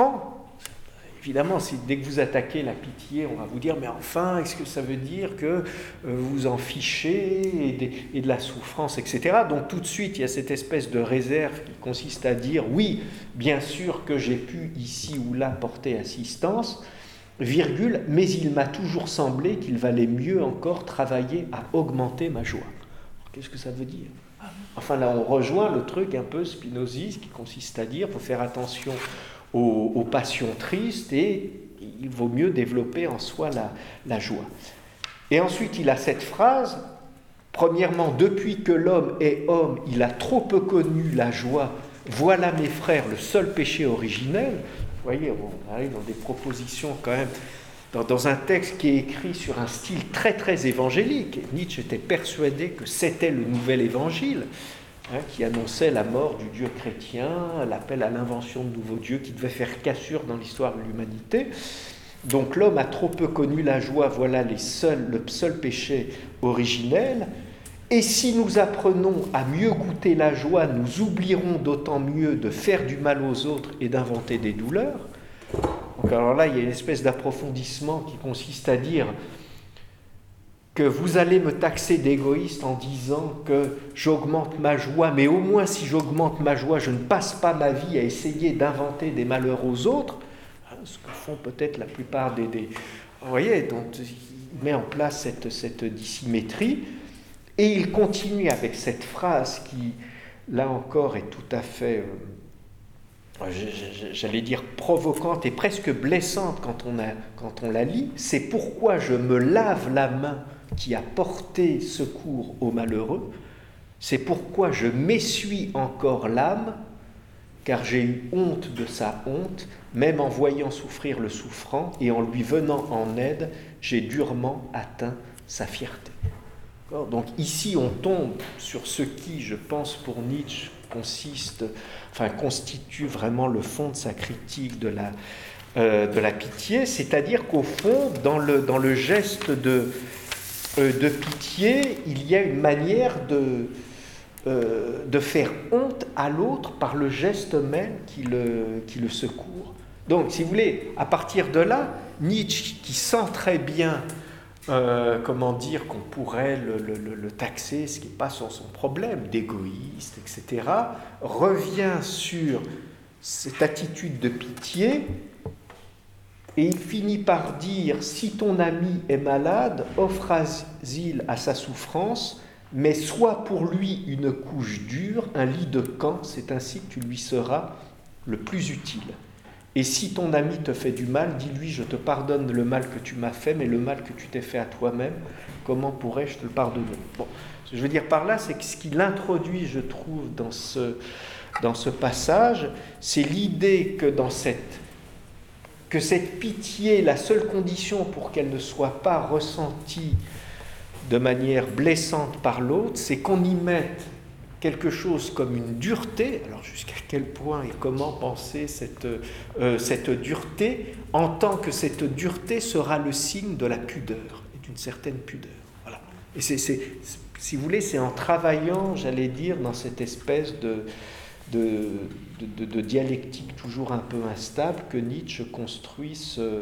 Speaker 3: Évidemment, si, dès que vous attaquez la pitié, on va vous dire « Mais enfin, est-ce que ça veut dire que euh, vous en fichez et, des, et de la souffrance, et cetera » Donc tout de suite, il y a cette espèce de réserve qui consiste à dire « Oui, bien sûr que j'ai pu ici ou là porter assistance », virgule, mais il m'a toujours semblé qu'il valait mieux encore travailler à augmenter ma joie. Qu'est-ce que ça veut dire? Enfin là, on rejoint le truc un peu spinoziste qui consiste à dire qu'il faut faire attention aux, aux passions tristes et il vaut mieux développer en soi la, la joie. Et ensuite, il a cette phrase, premièrement, depuis que l'homme est homme, il a trop peu connu la joie. Voilà, mes frères, le seul péché originel. Vous voyez, on arrive dans des propositions quand même, dans, dans un texte qui est écrit sur un style très très évangélique. Nietzsche était persuadé que c'était le nouvel évangile, hein, qui annonçait la mort du Dieu chrétien, l'appel à l'invention de nouveaux dieux qui devait faire cassure dans l'histoire de l'humanité. Donc l'homme a trop peu connu la joie, voilà les seuls, le seul péché originel. Et si nous apprenons à mieux goûter la joie, nous oublierons d'autant mieux de faire du mal aux autres et d'inventer des douleurs. Donc alors là, il y a une espèce d'approfondissement qui consiste à dire que vous allez me taxer d'égoïste en disant que j'augmente ma joie, mais au moins si j'augmente ma joie, je ne passe pas ma vie à essayer d'inventer des malheurs aux autres, ce que font peut-être la plupart des... des... Vous voyez, donc il met en place cette, cette dissymétrie. Et il continue avec cette phrase qui, là encore, est tout à fait, euh, j'allais dire, provocante et presque blessante quand on, a, quand on la lit. C'est pourquoi je me lave la main qui a porté secours aux malheureux. C'est pourquoi je m'essuie encore l'âme, car j'ai eu honte de sa honte, même en voyant souffrir le souffrant, et en lui venant en aide, j'ai durement atteint sa fierté. Donc ici, on tombe sur ce qui, je pense, pour Nietzsche, consiste, enfin, constitue vraiment le fond de sa critique de la, euh, de la pitié, c'est-à-dire qu'au fond, dans le, dans le geste de, euh, de pitié, il y a une manière de, euh, de faire honte à l'autre par le geste même qui le, qui le secourt. Donc, si vous voulez, à partir de là, Nietzsche, qui sent très bien Euh, comment dire qu'on pourrait le, le, le taxer, ce qui n'est pas son, son problème, d'égoïste, et cetera, revient sur cette attitude de pitié et il finit par dire « Si ton ami est malade, offre asile à sa souffrance, mais sois pour lui une couche dure, un lit de camp, c'est ainsi que tu lui seras le plus utile. » Et si ton ami te fait du mal, dis-lui, je te pardonne le mal que tu m'as fait, mais le mal que tu t'es fait à toi-même, comment pourrais-je te le pardonner? Bon, ce que je veux dire par là, c'est que ce qu'il introduit, je trouve, dans ce, dans ce passage, c'est l'idée que dans cette, que cette pitié, la seule condition pour qu'elle ne soit pas ressentie de manière blessante par l'autre, c'est qu'on y mette quelque chose comme une dureté. Alors jusqu'à quel point et comment penser cette, euh, cette dureté, en tant que cette dureté sera le signe de la pudeur, et d'une certaine pudeur. Voilà. Et c'est, c'est, si vous voulez, c'est en travaillant, j'allais dire, dans cette espèce de, de, de, de dialectique toujours un peu instable que Nietzsche construit ce,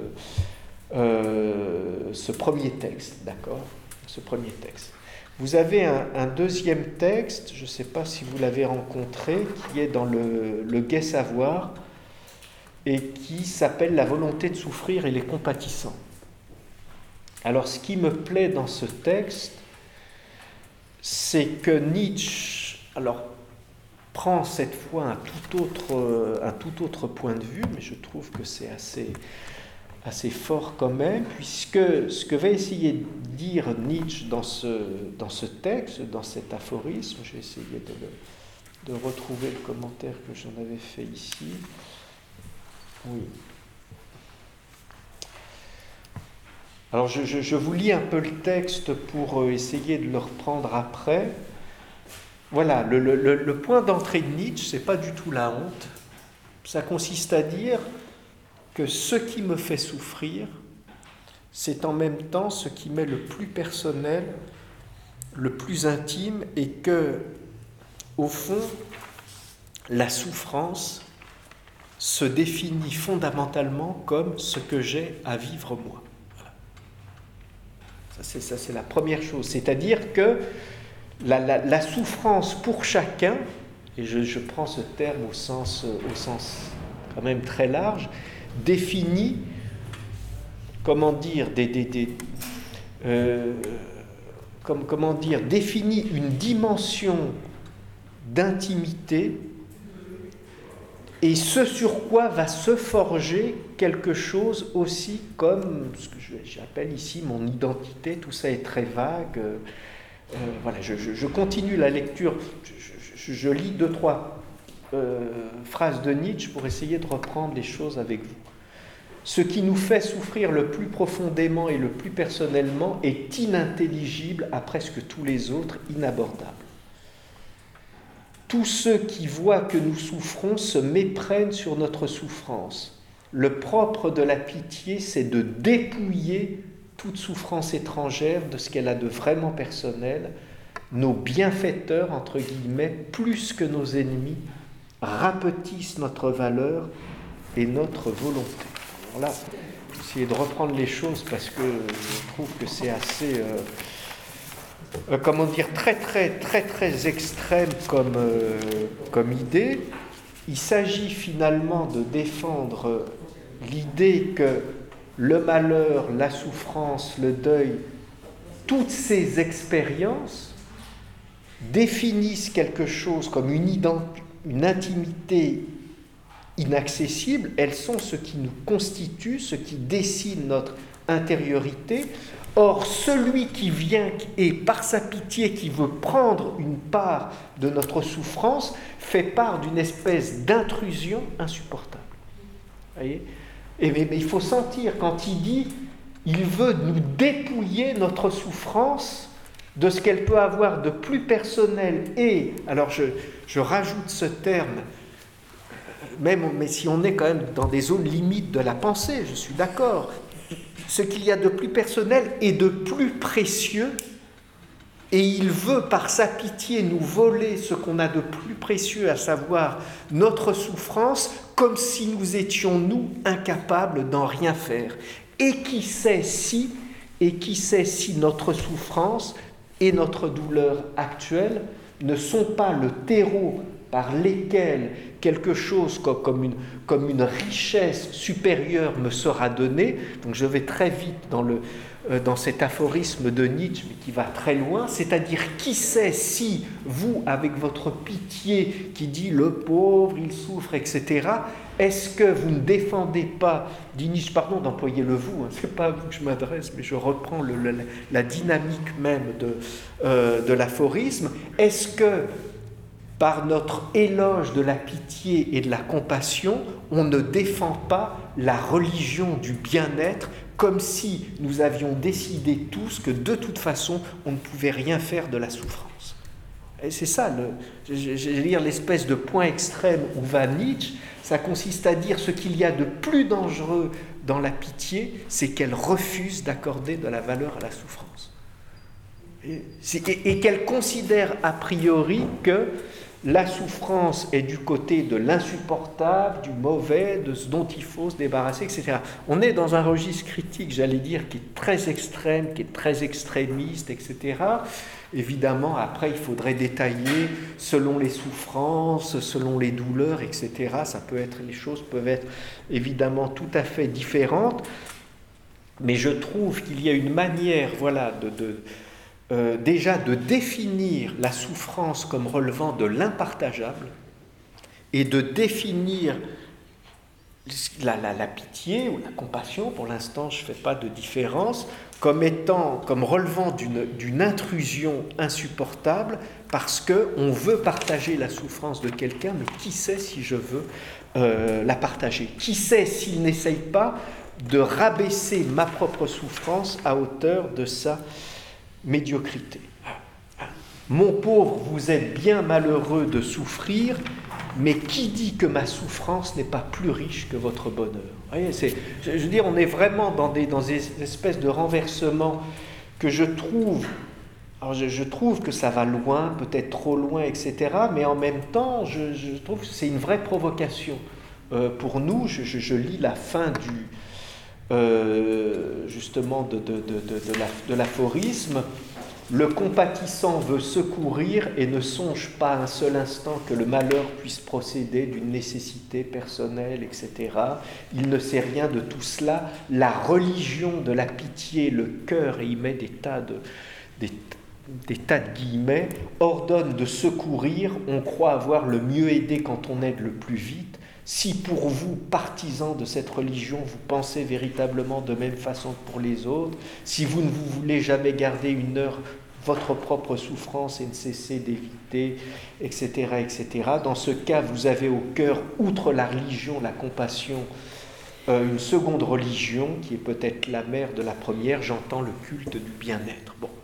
Speaker 3: euh, ce premier texte, d'accord ? Ce premier texte. Vous avez un, un deuxième texte, je ne sais pas si vous l'avez rencontré, qui est dans le, le Gai Savoir et qui s'appelle « La volonté de souffrir et les compatissants ». Alors, ce qui me plaît dans ce texte, c'est que Nietzsche, alors, prend cette fois un tout autre, un tout autre point de vue, mais je trouve que c'est assez, assez fort quand même, puisque ce que va essayer de dire Nietzsche dans ce, dans ce texte, dans cet aphorisme, j'ai essayé de, le, de retrouver le commentaire que j'en avais fait ici. Oui. Alors je, je, je vous lis un peu le texte pour essayer de le reprendre après. Voilà, le, le, le point d'entrée de Nietzsche, ce n'est pas du tout la honte. Ça consiste à dire que ce qui me fait souffrir, c'est en même temps ce qui m'est le plus personnel, le plus intime, et que, au fond, la souffrance se définit fondamentalement comme ce que j'ai à vivre moi. Voilà. Ça, c'est, ça, c'est la première chose. C'est-à-dire que la, la, la souffrance pour chacun, et je, je prends ce terme au sens, au sens quand même très large, définit, comment dire, des, des, des, euh, comme, comment dire, définit une dimension d'intimité et ce sur quoi va se forger quelque chose aussi comme ce que j'appelle ici mon identité. Tout ça est très vague. Euh, voilà, je, je, je continue la lecture. Je, je, je lis deux, trois euh, phrases de Nietzsche pour essayer de reprendre les choses avec vous. Ce qui nous fait souffrir le plus profondément et le plus personnellement est inintelligible à presque tous les autres, inabordable. Tous ceux qui voient que nous souffrons se méprennent sur notre souffrance. Le propre de la pitié, c'est de dépouiller toute souffrance étrangère de ce qu'elle a de vraiment personnel. Nos bienfaiteurs, entre guillemets, plus que nos ennemis, rapetissent notre valeur et notre volonté. Alors là, essayez de reprendre les choses parce que je trouve que c'est assez... Euh, Euh, comment dire, très très très très extrême comme, euh, comme idée. Il s'agit finalement de défendre l'idée que le malheur, la souffrance, le deuil, toutes ces expériences définissent quelque chose comme une, ident- une intimité inaccessible. Elles sont ce qui nous constitue, ce qui dessine notre intériorité. Or, celui qui vient et par sa pitié qui veut prendre une part de notre souffrance fait part d'une espèce d'intrusion insupportable. Vous voyez ? Et mais, mais il faut sentir quand il dit il veut nous dépouiller notre souffrance de ce qu'elle peut avoir de plus personnel et, alors je, je rajoute ce terme, même mais si on est quand même dans des zones limites de la pensée, je suis d'accord. Ce qu'il y a de plus personnel et de plus précieux, et il veut par sa pitié nous voler ce qu'on a de plus précieux, à savoir notre souffrance, comme si nous étions nous incapables d'en rien faire. Et qui sait si, et qui sait si notre souffrance et notre douleur actuelle ne sont pas le terreau par lesquels quelque chose comme, comme, une, comme une richesse supérieure me sera donnée. Donc je vais très vite dans, le, euh, dans cet aphorisme de Nietzsche, mais qui va très loin, c'est-à-dire qui sait si vous, avec votre pitié qui dit le pauvre, il souffre, et cetera, est-ce que vous ne défendez pas, dit Nietzsche, pardon d'employer le vous, hein, ce n'est pas à vous que je m'adresse, mais je reprends le, le, la dynamique même de, euh, de l'aphorisme, est-ce que par notre éloge de la pitié et de la compassion, on ne défend pas la religion du bien-être comme si nous avions décidé tous que de toute façon, on ne pouvait rien faire de la souffrance. Et c'est ça, le, je, je vais lire l'espèce de point extrême où va Nietzsche, ça consiste à dire ce qu'il y a de plus dangereux dans la pitié, c'est qu'elle refuse d'accorder de la valeur à la souffrance. Et, et, et qu'elle considère a priori que la souffrance est du côté de l'insupportable, du mauvais, de ce dont il faut se débarrasser, et cetera. On est dans un registre critique, j'allais dire, qui est très extrême, qui est très extrémiste, et cetera. Évidemment, après, il faudrait détailler selon les souffrances, selon les douleurs, et cetera. Ça peut être, les choses peuvent être évidemment tout à fait différentes, mais je trouve qu'il y a une manière, voilà, de... de Euh, déjà de définir la souffrance comme relevant de l'impartageable et de définir la, la, la pitié ou la compassion, pour l'instant je ne fais pas de différence, comme étant, comme relevant d'une, d'une intrusion insupportable parce qu'on veut partager la souffrance de quelqu'un, mais qui sait si je veux euh, la partager? Qui sait s'il n'essaye pas de rabaisser ma propre souffrance à hauteur de sa médiocrité. Mon pauvre, vous êtes bien malheureux de souffrir, mais qui dit que ma souffrance n'est pas plus riche que votre bonheur? Vous voyez, c'est, je veux dire, on est vraiment dans des, dans des espèces de renversements que je trouve, alors je, je trouve que ça va loin, peut-être trop loin, et cetera, mais en même temps, je, je trouve que c'est une vraie provocation. Euh, pour nous, je, je, je lis la fin du... Euh, justement de, de, de, de, de, la, de l'aphorisme, le compatissant veut secourir et ne songe pas un seul instant que le malheur puisse procéder d'une nécessité personnelle, et cetera. Il ne sait rien de tout cela. La religion de la pitié, le cœur, et il met des tas de, des, des tas de guillemets, ordonne de secourir. On croit avoir le mieux aidé quand on aide le plus vite. Si pour vous, partisans de cette religion, vous pensez véritablement de même façon que pour les autres, si vous ne vous voulez jamais garder une heure votre propre souffrance et ne cesser d'éviter, et cetera, et cetera, dans ce cas, vous avez au cœur, outre la religion, la compassion, euh, une seconde religion qui est peut-être la mère de la première, j'entends le culte du bien-être. Bon.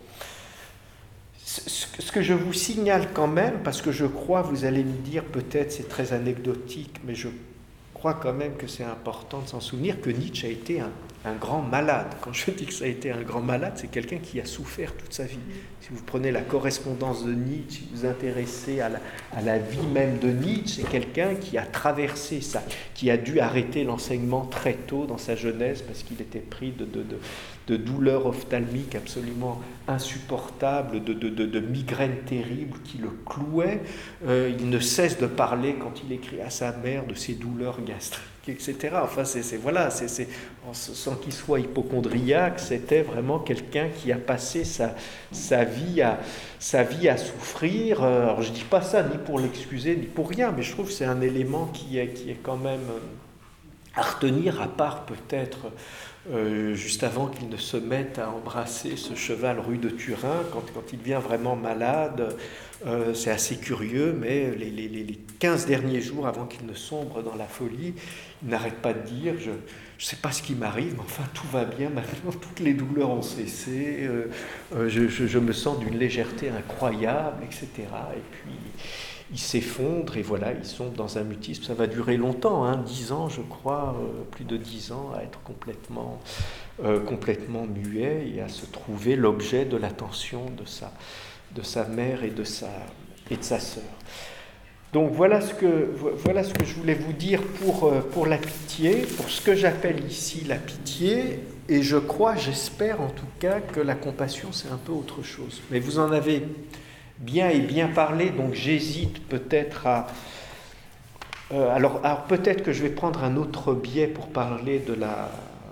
Speaker 3: Ce que je vous signale quand même, parce que je crois, vous allez me dire, peut-être c'est très anecdotique, mais je crois quand même que c'est important de s'en souvenir, que Nietzsche a été un, un grand malade. Quand je dis que ça a été un grand malade, c'est quelqu'un qui a souffert toute sa vie. Si vous prenez la correspondance de Nietzsche, si vous vous intéressez à la, à la vie même de Nietzsche, c'est quelqu'un qui a traversé ça, qui a dû arrêter l'enseignement très tôt dans sa jeunesse, parce qu'il était pris de... de, de de douleurs ophtalmiques absolument insupportables, de, de, de, de migraines terribles qui le clouaient. Euh, il ne cesse de parler, quand il écrit à sa mère, de ses douleurs gastriques, et cetera. Enfin, c'est, c'est, voilà, c'est, c'est, sans qu'il soit hypocondriaque, c'était vraiment quelqu'un qui a passé sa, sa, vie à, sa vie à souffrir. Alors, je ne dis pas ça ni pour l'excuser, ni pour rien, mais je trouve que c'est un élément qui est, qui est quand même à retenir, à part peut-être... Euh, juste avant qu'il ne se mette à embrasser ce cheval rue de Turin, quand, quand il devient vraiment malade, euh, c'est assez curieux, mais les, les, les quinze derniers jours avant qu'il ne sombre dans la folie, il n'arrête pas de dire, je ne sais pas ce qui m'arrive, mais enfin tout va bien maintenant, toutes les douleurs ont cessé, euh, euh, je, je, je me sens d'une légèreté incroyable, et cetera. Et puis... il s'effondre et voilà, ils sont dans un mutisme. Ça va durer longtemps, hein, dix ans, je crois, euh, plus de dix ans, à être complètement, euh, complètement muet et à se trouver l'objet de l'attention de sa, de sa mère et de sa, et de sa sœur. Donc voilà ce que, voilà ce que je voulais vous dire pour, pour la pitié, pour ce que j'appelle ici la pitié, et je crois, j'espère en tout cas, que la compassion c'est un peu autre chose. Mais vous en avez bien et bien parlé, donc j'hésite peut-être à... Euh, alors, alors peut-être que je vais prendre un autre biais pour parler de la,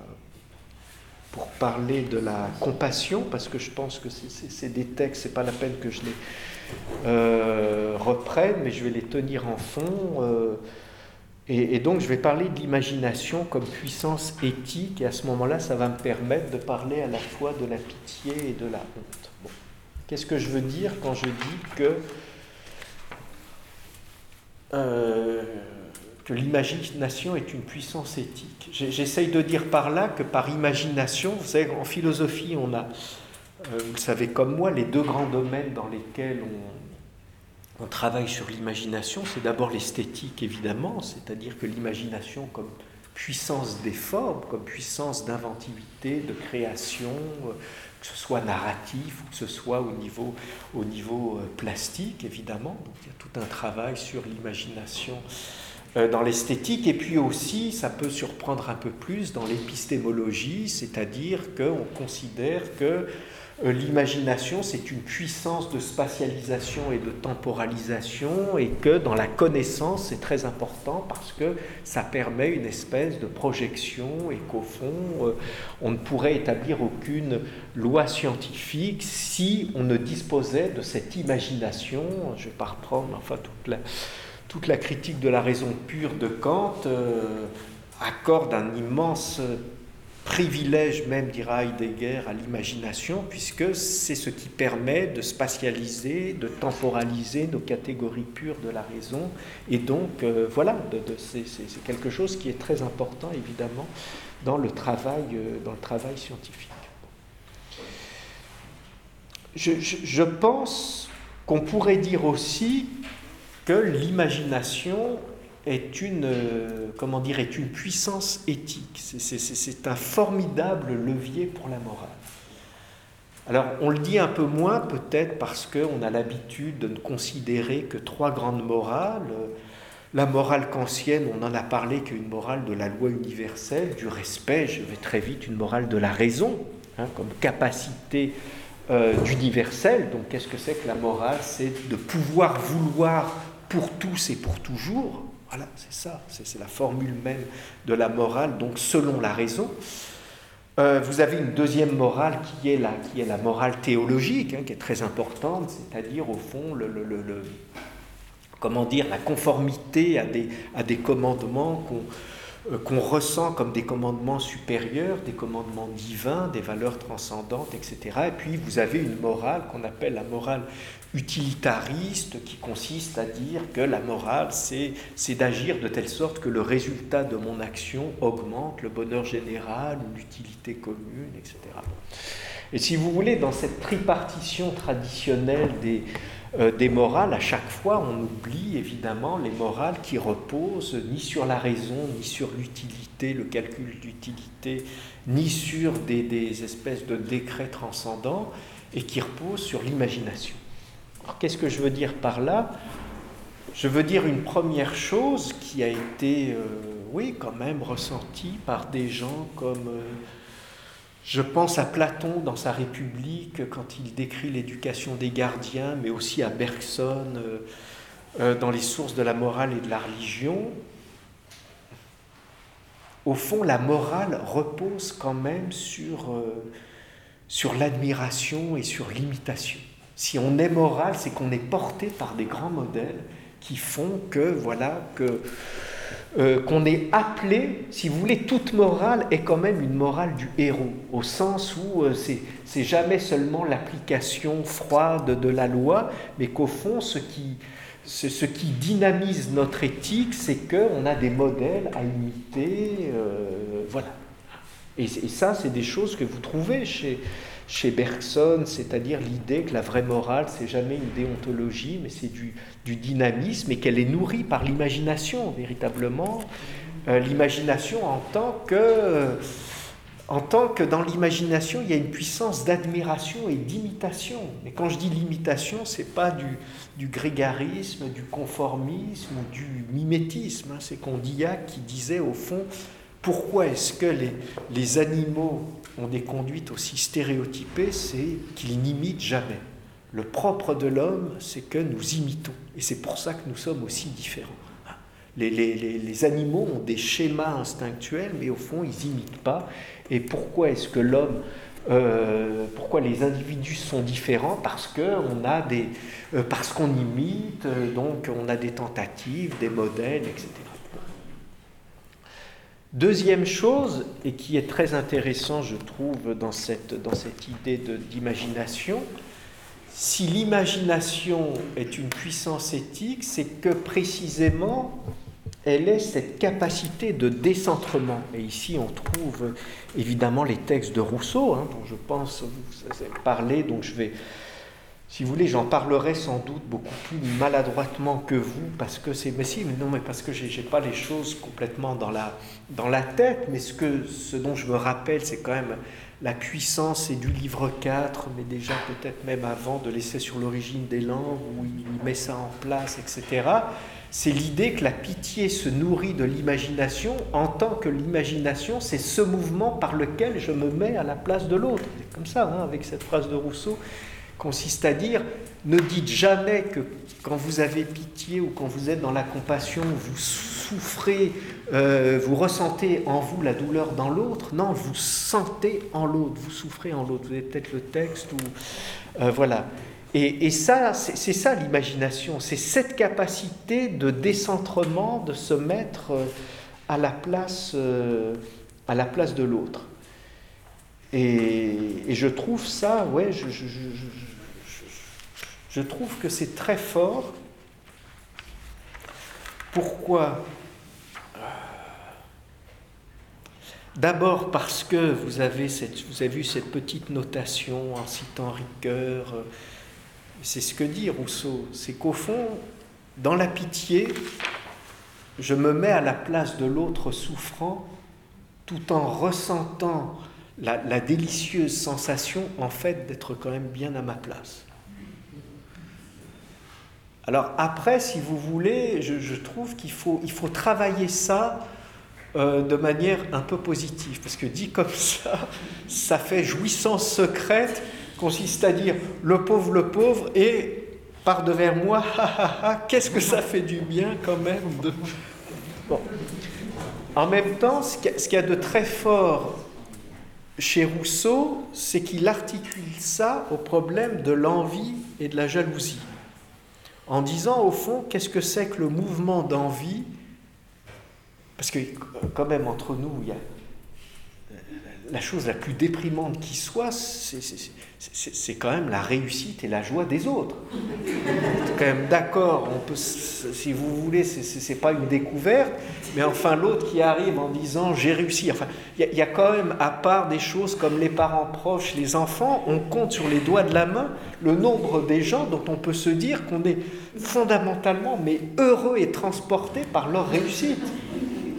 Speaker 3: pour parler de la compassion, parce que je pense que c'est, c'est, c'est des textes, c'est pas la peine que je les euh, reprenne, mais je vais les tenir en fond. Euh, et, et donc je vais parler de l'imagination comme puissance éthique, et à ce moment-là, ça va me permettre de parler à la fois de la pitié et de la honte. Bon. Qu'est-ce que je veux dire quand je dis que, euh, que l'imagination est une puissance éthique? J'essaye de dire par là que par imagination, vous savez, en philosophie, on a, euh, vous le savez comme moi, les deux grands domaines dans lesquels on, on travaille sur l'imagination. C'est d'abord l'esthétique, évidemment, c'est-à-dire que l'imagination comme puissance des formes, comme puissance d'inventivité, de création, que ce soit narratif ou que ce soit au niveau, au niveau plastique, évidemment. Donc il y a tout un travail sur l'imagination dans l'esthétique, et puis aussi, ça peut surprendre un peu plus dans l'épistémologie, c'est-à-dire qu'on considère que l'imagination, c'est une puissance de spatialisation et de temporalisation, et que dans la connaissance, c'est très important parce que ça permet une espèce de projection, et qu'au fond, on ne pourrait établir aucune loi scientifique si on ne disposait de cette imagination. Je ne vais pas reprendre, enfin, toute la... Toute la critique de la raison pure de Kant euh, accorde un immense privilège, même dira Heidegger, à l'imagination, puisque c'est ce qui permet de spatialiser, de temporaliser nos catégories pures de la raison. Et donc, euh, voilà, de, de, c'est, c'est, c'est quelque chose qui est très important, évidemment, dans le travail, euh, dans le travail scientifique. Je, je, je pense qu'on pourrait dire aussi que l'imagination est une, euh, comment dire, est une puissance éthique. C'est, c'est, c'est un formidable levier pour la morale. Alors, on le dit un peu moins, peut-être parce qu'on a l'habitude de ne considérer que trois grandes morales. La morale kantienne, on en a parlé, qu'une morale de la loi universelle, du respect, je vais très vite, une morale de la raison, hein, comme capacité euh, d'universel. Donc, qu'est-ce que c'est que la morale? C'est de pouvoir vouloir pour tous et pour toujours. Voilà, c'est ça, c'est, c'est la formule même de la morale, donc selon la raison. Euh, vous avez une deuxième morale qui est la, qui est la morale théologique, hein, qui est très importante, c'est-à-dire au fond, le, le, le, le, comment dire, la conformité à des, à des commandements qu'on, euh, qu'on ressent comme des commandements supérieurs, des commandements divins, des valeurs transcendantes, et cetera. Et puis vous avez une morale qu'on appelle la morale utilitariste, qui consiste à dire que la morale, c'est, c'est d'agir de telle sorte que le résultat de mon action augmente le bonheur général ou l'utilité commune, et cetera. Et si vous voulez, dans cette tripartition traditionnelle des, euh, des morales, à chaque fois, on oublie évidemment les morales qui reposent ni sur la raison, ni sur l'utilité, le calcul d'utilité, ni sur des, des espèces de décrets transcendants, et qui reposent sur l'imagination. Alors, qu'est-ce que je veux dire par là? Je veux dire une première chose qui a été, euh, oui, quand même ressentie par des gens comme, euh, je pense à Platon dans sa République, quand il décrit l'éducation des gardiens, mais aussi à Bergson euh, euh, dans les sources de la morale et de la religion. Au fond, la morale repose quand même sur, euh, sur l'admiration et sur l'imitation. Si on est moral, c'est qu'on est porté par des grands modèles qui font que, voilà, que, euh, qu'on est appelé, si vous voulez, toute morale est quand même une morale du héros, au sens où euh, c'est, c'est jamais seulement l'application froide de la loi, mais qu'au fond, ce qui, ce, ce qui dynamise notre éthique, c'est qu'on a des modèles à imiter, euh, voilà. Et, et ça, c'est des choses que vous trouvez chez... chez Bergson, c'est-à-dire l'idée que la vraie morale, c'est jamais une déontologie, mais c'est du, du dynamisme, et qu'elle est nourrie par l'imagination, véritablement. Euh, l'imagination en tant que, euh, en tant que dans l'imagination, il y a une puissance d'admiration et d'imitation. Mais quand je dis l'imitation, c'est pas du, du grégarisme, du conformisme ou du mimétisme. Hein. C'est Condillac qui disait, au fond, pourquoi est-ce que les, les animaux ont des conduites aussi stéréotypées? C'est qu'ils n'imitent jamais. Le propre de l'homme, c'est que nous imitons. Et c'est pour ça que nous sommes aussi différents. Les, les, les, les animaux ont des schémas instinctuels, mais au fond, ils n'imitent pas. Et pourquoi est-ce que l'homme... Euh, pourquoi les individus sont différents? Parce qu'on a des, euh, parce qu'on imite, euh, donc on a des tentatives, des modèles, et cetera. Deuxième chose, et qui est très intéressant, je trouve, dans cette, dans cette idée de, d'imagination, si l'imagination est une puissance éthique, c'est que précisément, elle est cette capacité de décentrement. Et ici, on trouve évidemment les textes de Rousseau, hein, dont je pense vous avez parlé, donc je vais, si vous voulez, j'en parlerai sans doute beaucoup plus maladroitement que vous, parce que c'est, mais si, mais non, mais parce que j'ai, j'ai pas les choses complètement dans la, dans la tête, mais ce, que, ce dont je me rappelle, c'est quand même la puissance et du livre quatre, mais déjà peut-être même avant, de l'essai sur l'origine des langues, où il met ça en place, et cetera. C'est l'idée que la pitié se nourrit de l'imagination, en tant que l'imagination, c'est ce mouvement par lequel je me mets à la place de l'autre. C'est comme ça, hein, avec cette phrase de Rousseau, consiste à dire, ne dites jamais que quand vous avez pitié ou quand vous êtes dans la compassion, vous souffrez, euh, vous ressentez en vous la douleur dans l'autre. Non, vous sentez en l'autre, vous souffrez en l'autre. Vous avez peut-être le texte, ou euh, voilà. Et, et ça, c'est, c'est ça l'imagination, c'est cette capacité de décentrement, de se mettre à la place, euh, à la place de l'autre. Et, et je trouve ça, ouais, je, je, je, je, je trouve que c'est très fort. Pourquoi ? D'abord parce que vous avez, cette, vous avez vu cette petite notation en citant Ricoeur. C'est ce que dit Rousseau, c'est qu'au fond, dans la pitié, je me mets à la place de l'autre souffrant tout en ressentant la, la délicieuse sensation, en fait, d'être quand même bien à ma place. Alors après, si vous voulez, je, je trouve qu'il faut, il faut travailler ça euh, de manière un peu positive, parce que dit comme ça, ça fait jouissance secrète, consiste à dire le pauvre, le pauvre, et par devers moi, ha ha ha, qu'est-ce que ça fait du bien quand même de... Bon. En même temps, ce qu'il y a de très fort chez Rousseau, c'est qu'il articule ça au problème de l'envie et de la jalousie, en disant au fond, qu'est-ce que c'est que le mouvement d'envie? Parce que quand même entre nous, il y a la chose la plus déprimante qui soit, c'est, c'est, c'est, c'est quand même la réussite et la joie des autres. C'est quand même d'accord, on peut, si vous voulez, c'est, c'est, c'est pas une découverte, mais enfin l'autre qui arrive en disant j'ai réussi. Enfin, il y, y a quand même, à part des choses comme les parents proches, les enfants, on compte sur les doigts de la main le nombre des gens dont on peut se dire qu'on est fondamentalement, mais heureux et transporté par leur réussite. Non ?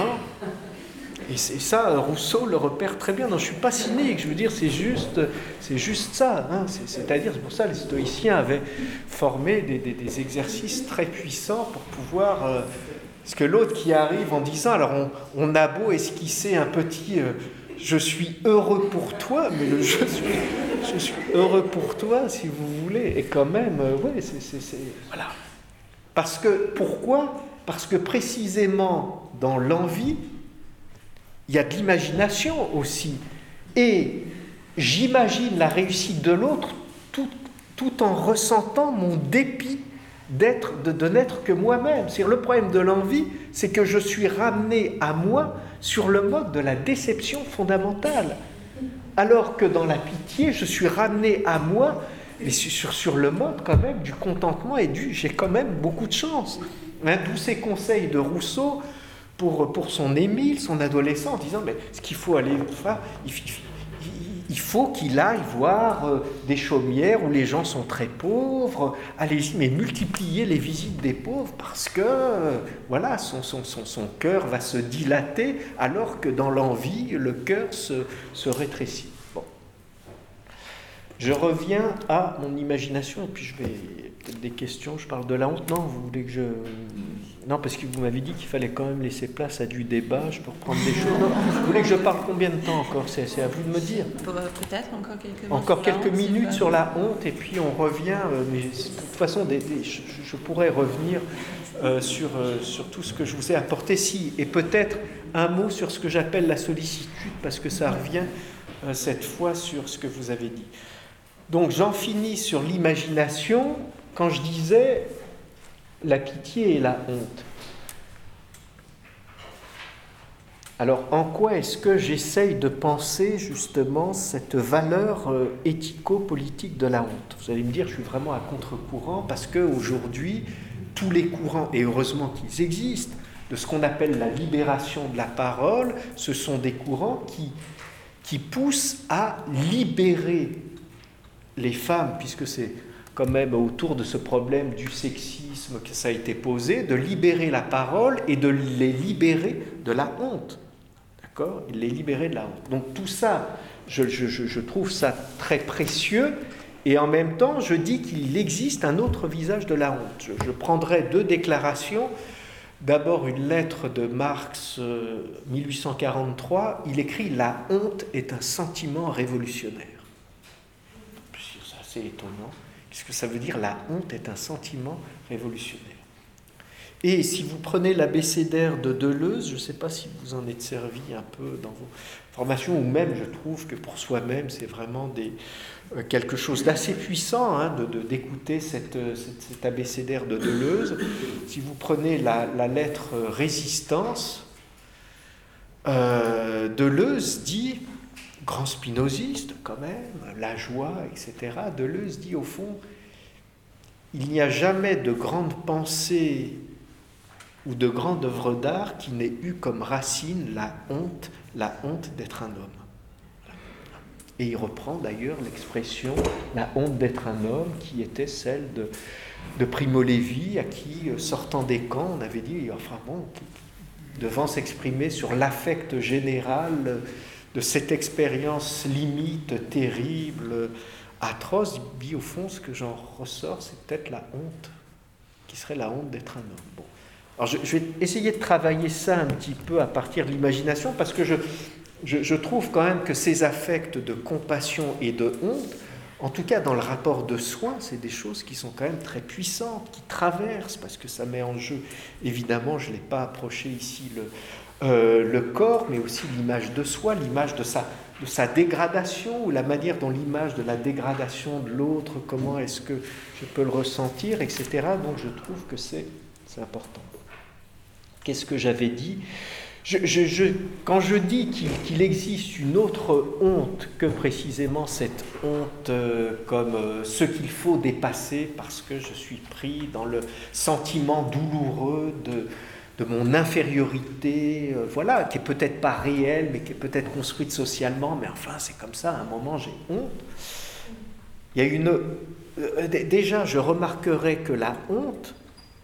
Speaker 3: Et c'est ça, Rousseau le repère très bien. Non, je ne suis pas cynique, je veux dire, c'est juste, c'est juste ça. Hein. C'est, c'est-à-dire, c'est pour ça que les stoïciens avaient formé des, des, des exercices très puissants pour pouvoir... Euh, parce que l'autre qui arrive en disant, alors on, on a beau esquisser un petit euh, « je suis heureux pour toi », mais le « je suis, je suis heureux pour toi », si vous voulez, et quand même, euh, ouais, c'est, c'est, c'est... Voilà. Parce que, pourquoi ? Parce que précisément dans l'envie, il y a de l'imagination aussi. Et j'imagine la réussite de l'autre tout, tout en ressentant mon dépit d'être, de, de n'être que moi-même. C'est-à-dire, le problème de l'envie, c'est que je suis ramené à moi sur le mode de la déception fondamentale. Alors que dans la pitié, je suis ramené à moi, mais sur, sur le mode quand même du contentement et du « j'ai quand même beaucoup de chance ». Hein, d'où ces conseils de Rousseau pour, pour son Émile, son adolescent, en disant mais ce qu'il faut aller faire, il, il, il faut qu'il aille voir euh, des chaumières où les gens sont très pauvres, allez-y, mais multipliez les visites des pauvres parce que euh, voilà, son, son, son, son cœur va se dilater alors que dans l'envie, le cœur se, se rétrécit. Bon. Je reviens à mon imagination et puis je vais peut-être des questions. Je parle de la honte. Non, vous voulez que je... Non, parce que vous m'avez dit qu'il fallait quand même laisser place à du débat. Je peux reprendre des choses. Non, vous voulez que je parle combien de temps encore? c'est, c'est à vous de me dire.
Speaker 1: Peut-être encore quelques minutes.
Speaker 3: Encore quelques
Speaker 1: honte,
Speaker 3: minutes sur la honte et puis on revient. Euh, mais de toute façon, des, des, je, je pourrais revenir euh, sur, euh, sur tout ce que je vous ai apporté. Si, et peut-être un mot sur ce que j'appelle la sollicitude, parce que ça revient euh, cette fois sur ce que vous avez dit. Donc j'en finis sur l'imagination quand je disais la pitié et la honte. Alors en quoi est-ce que j'essaye de penser justement cette valeur euh, éthico-politique de la honte? Vous allez me dire, je suis vraiment à contre-courant parce qu'aujourd'hui, tous les courants, et heureusement qu'ils existent, de ce qu'on appelle la libération de la parole, ce sont des courants qui, qui poussent à libérer les femmes, puisque c'est quand même autour de ce problème du sexisme que ça a été posé, de libérer la parole et de les libérer de la honte. D'accord ? Les libérer de la honte. Donc tout ça, je, je, je trouve ça très précieux, et en même temps, je dis qu'il existe un autre visage de la honte. Je, je prendrai deux déclarations. D'abord, une lettre de Marx, euh, mille huit cent quarante-trois. Il écrit « La honte est un sentiment révolutionnaire ». C'est assez étonnant. Qu'est-ce que ça veut dire ? La honte est un sentiment révolutionnaire. Et si vous prenez l'abécédaire de Deleuze, je ne sais pas si vous en êtes servi un peu dans vos formations, ou même je trouve que pour soi-même, c'est vraiment des, euh, quelque chose d'assez puissant hein, de, de, d'écouter cette, cette, cet abécédaire de Deleuze. Si vous prenez la, la lettre Résistance, euh, Deleuze dit, grand spinoziste quand même, la joie, et cetera, Deleuze dit au fond, il n'y a jamais de grande pensée ou de grande œuvre d'art qui n'ait eu comme racine la honte, la honte d'être un homme. Et il reprend d'ailleurs l'expression « la honte d'être un homme » qui était celle de, de Primo Levi, à qui, sortant des camps, on avait dit, enfin bon, devant s'exprimer sur l'affect général de cette expérience limite, terrible, atroce, il dit au fond, ce que j'en ressors, c'est peut-être la honte, qui serait la honte d'être un homme. Bon. Alors je, je vais essayer de travailler ça un petit peu à partir de l'imagination, parce que je, je, je trouve quand même que ces affects de compassion et de honte, en tout cas dans le rapport de soin, c'est des choses qui sont quand même très puissantes, qui traversent, parce que ça met en jeu, évidemment, je ne l'ai pas approché ici, le, euh, le corps, mais aussi l'image de soi, l'image de sa, de sa dégradation, ou la manière dont l'image de la dégradation de l'autre, comment est-ce que je peux le ressentir, et cetera. Donc je trouve que c'est, c'est important. Qu'est-ce que j'avais dit ? je, je, je, Quand je dis qu'il, qu'il existe une autre honte que précisément cette honte euh, comme euh, ce qu'il faut dépasser parce que je suis pris dans le sentiment douloureux de, de mon infériorité, euh, voilà, qui est peut-être pas réelle, mais qui est peut-être construite socialement, mais enfin c'est comme ça, à un moment j'ai honte. Il y a une... Euh, déjà, je remarquerai que la honte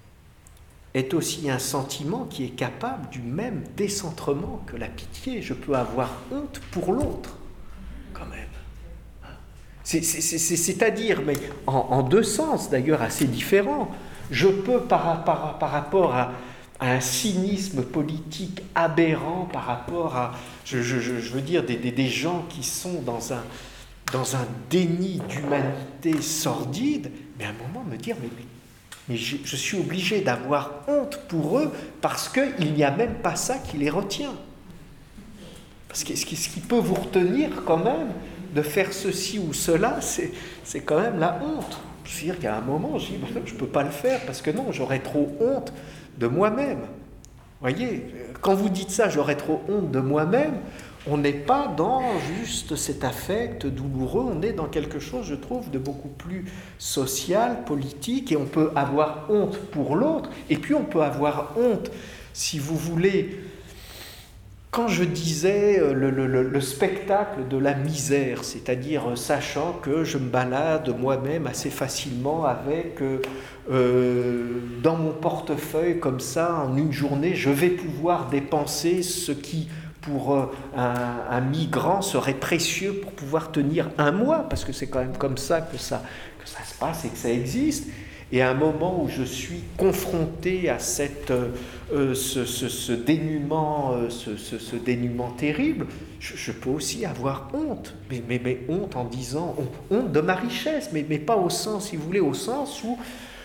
Speaker 3: est aussi un sentiment qui est capable du même décentrement que la pitié. Je peux avoir honte pour l'autre, quand même. C'est, c'est, c'est, c'est-à-dire, mais en, en deux sens d'ailleurs assez différents, je peux par, par, par rapport à, à un cynisme politique aberrant, par rapport à, je, je, je veux dire, des, des, des gens qui sont dans un, dans un déni d'humanité sordide, mais à un moment me dire, mais, mais Mais je, je suis obligé d'avoir honte pour eux parce qu'il n'y a même pas ça qui les retient. Parce que ce qui, ce qui peut vous retenir quand même de faire ceci ou cela, c'est, c'est quand même la honte. C'est-à-dire qu'à un moment, je dis, je ne peux pas le faire parce que non, j'aurais trop honte de moi-même. Vous voyez, quand vous dites ça, j'aurais trop honte de moi-même, on n'est pas dans juste cet affect douloureux, on est dans quelque chose, je trouve, de beaucoup plus social, politique, et on peut avoir honte pour l'autre, et puis on peut avoir honte, si vous voulez, quand je disais le, le, le spectacle de la misère, c'est-à-dire sachant que je me balade moi-même assez facilement avec, euh, dans mon portefeuille, comme ça, en une journée, je vais pouvoir dépenser ce qui... pour un, un migrant serait précieux pour pouvoir tenir un mois, parce que c'est quand même comme ça que ça, que ça se passe et que ça existe. Et à un moment où je suis confronté à cette, euh, ce, ce, ce, dénuement, euh, ce, ce, ce dénuement terrible, je, je peux aussi avoir honte, mais, mais, mais honte en disant, honte de ma richesse, mais, mais pas au sens, si vous voulez, au sens où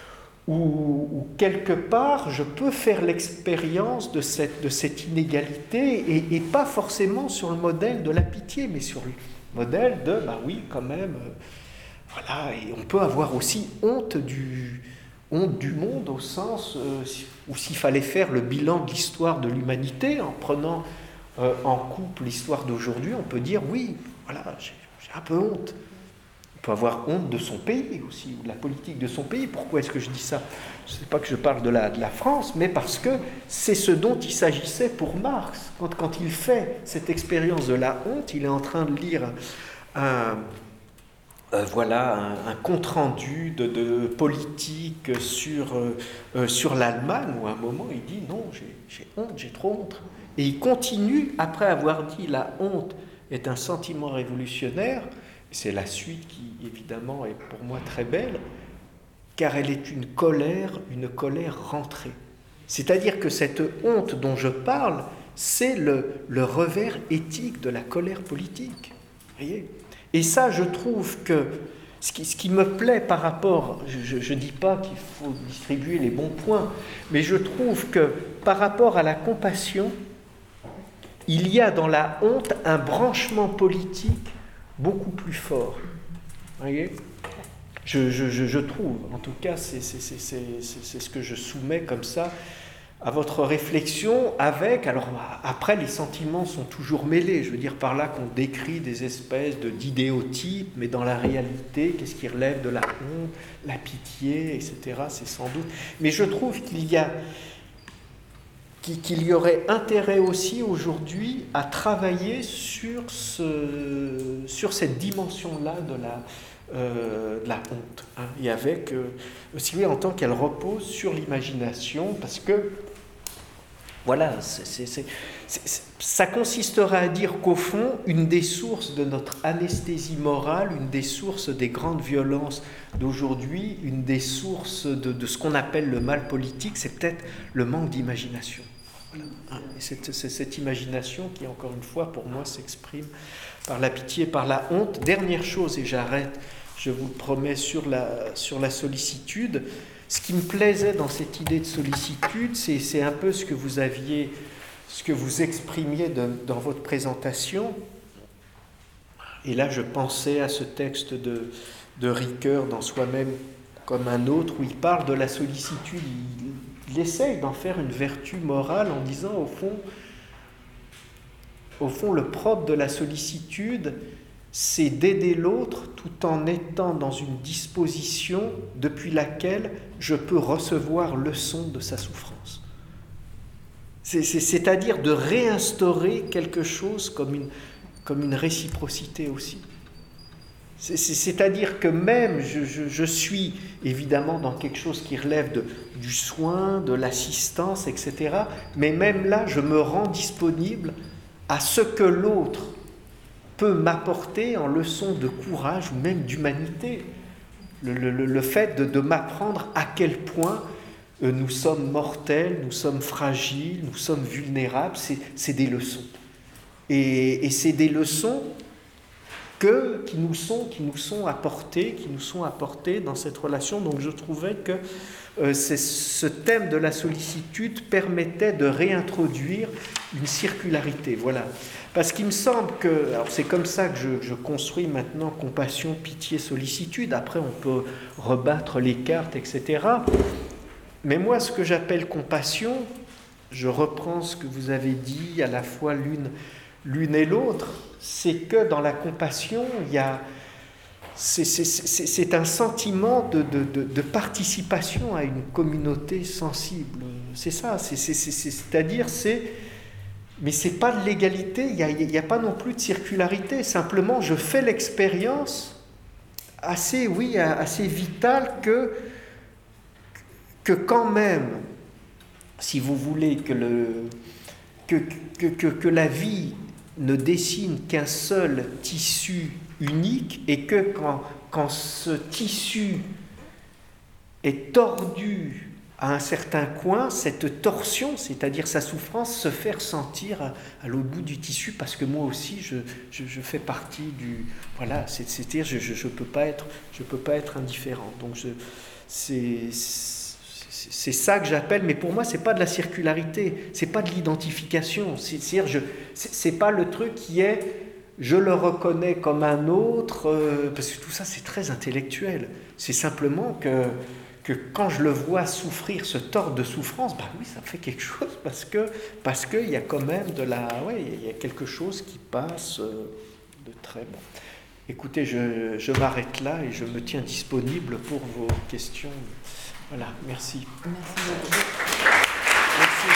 Speaker 3: Où, où quelque part je peux faire l'expérience de cette, de cette inégalité et, et pas forcément sur le modèle de la pitié, mais sur le modèle de, bah oui, quand même, euh, voilà, et on peut avoir aussi honte du, honte du monde au sens euh, où s'il fallait faire le bilan de l'histoire de l'humanité en prenant euh, en couple l'histoire d'aujourd'hui, on peut dire oui, voilà, j'ai, j'ai un peu honte. On peut avoir honte de son pays aussi, ou de la politique de son pays. Pourquoi est-ce que je dis ça ? Je ne sais pas que je parle de la, de la France, mais parce que c'est ce dont il s'agissait pour Marx. Quand, quand il fait cette expérience de la honte, il est en train de lire un, euh, voilà un, un compte-rendu de, de politique sur, euh, sur l'Allemagne, où à un moment il dit non, j'ai, j'ai honte, j'ai trop honte. Et il continue, après avoir dit la honte est un sentiment révolutionnaire, c'est la suite qui évidemment est pour moi très belle, car elle est une colère, une colère rentrée. C'est-à-dire que cette honte dont je parle, c'est le, le revers éthique de la colère politique. Voyez ? Et ça, je trouve que ce qui, ce qui me plaît par rapport, je ne dis pas qu'il faut distribuer les bons points, mais je trouve que par rapport à la compassion, il y a dans la honte un branchement politique beaucoup plus fort. Voyez ? Je, je, je, je trouve, en tout cas, c'est, c'est, c'est, c'est, c'est ce que je soumets comme ça à votre réflexion avec, alors après les sentiments sont toujours mêlés, je veux dire par là qu'on décrit des espèces de, d'idéotypes, mais dans la réalité, qu'est-ce qui relève de la honte, la pitié, et cetera, c'est sans doute. Mais je trouve qu'il y a, qu'il y aurait intérêt aussi aujourd'hui à travailler sur, ce, sur cette dimension-là de la... Euh, de la honte, hein, et avec euh, aussi en tant qu'elle repose sur l'imagination, parce que voilà, c'est, c'est, c'est, c'est, ça consisterait à dire qu'au fond, une des sources de notre anesthésie morale, une des sources des grandes violences d'aujourd'hui, une des sources de, de ce qu'on appelle le mal politique, c'est peut-être le manque d'imagination. Voilà. Hein, et c'est, c'est cette imagination qui, encore une fois, pour moi, s'exprime par la pitié, par la honte. Dernière chose, et j'arrête, je vous le promets, sur la, sur la sollicitude. Ce qui me plaisait dans cette idée de sollicitude, c'est, c'est un peu ce que vous aviez, ce que vous exprimiez de, dans votre présentation. Et là, je pensais à ce texte de, de Ricoeur dans Soi-même comme un autre, où il parle de la sollicitude. Il, il essaye d'en faire une vertu morale en disant, au fond, Au fond, le propre de la sollicitude, c'est d'aider l'autre tout en étant dans une disposition depuis laquelle je peux recevoir leçon de sa souffrance. C'est, c'est, c'est-à-dire de réinstaurer quelque chose comme une, comme une réciprocité aussi. C'est, c'est, c'est-à-dire que même je, je, je suis évidemment dans quelque chose qui relève de, du soin, de l'assistance, et cetera. Mais même là, je me rends disponible à ce que l'autre peut m'apporter en leçon de courage ou même d'humanité. Le, le, le fait de, de m'apprendre à quel point euh, nous sommes mortels, nous sommes fragiles, nous sommes vulnérables, c'est, c'est des leçons. Et, et c'est des leçons que, qui, nous sont, qui nous sont apportées, qui nous sont apportées dans cette relation. Donc je trouvais que euh, c'est, ce thème de la sollicitude permettait de réintroduire une circularité, voilà. Parce qu'il me semble que, alors c'est comme ça que je, je construis maintenant compassion, pitié, sollicitude. Après, on peut rebattre les cartes, et cetera. Mais moi, ce que j'appelle compassion, je reprends ce que vous avez dit à la fois l'une, l'une et l'autre, c'est que dans la compassion, il y a, c'est, c'est, c'est, c'est un sentiment de, de, de, de participation à une communauté sensible. C'est ça, c'est, c'est, c'est, c'est, c'est-à-dire c'est... Mais ce n'est pas de l'égalité, il n'y a, il a pas non plus de circularité. Simplement, je fais l'expérience assez, oui, assez vitale que, que quand même, si vous voulez, que, le, que, que, que, que la vie ne dessine qu'un seul tissu unique et que quand, quand ce tissu est tordu à un certain coin, cette torsion, c'est-à-dire sa souffrance, se fait ressentir à, à l'autre bout du tissu, parce que moi aussi, je, je, je fais partie du... Voilà, c'est, c'est-à-dire je ne je, je peux pas être, je peux pas être indifférent. Donc, je, c'est, c'est, c'est ça que j'appelle, mais pour moi, ce n'est pas de la circularité, ce n'est pas de l'identification. C'est, c'est-à-dire, je, c'est, c'est pas le truc qui est... Je le reconnais comme un autre, euh, parce que tout ça, c'est très intellectuel. C'est simplement que... que quand je le vois souffrir, ce tort de souffrance, ben oui, ça fait quelque chose, parce que parce qu'il y a quand même de la... Ouais, il y a quelque chose qui passe de très bon. Écoutez, je, je m'arrête là et je me tiens disponible pour vos questions. Voilà, merci.
Speaker 2: Merci beaucoup.
Speaker 3: Merci.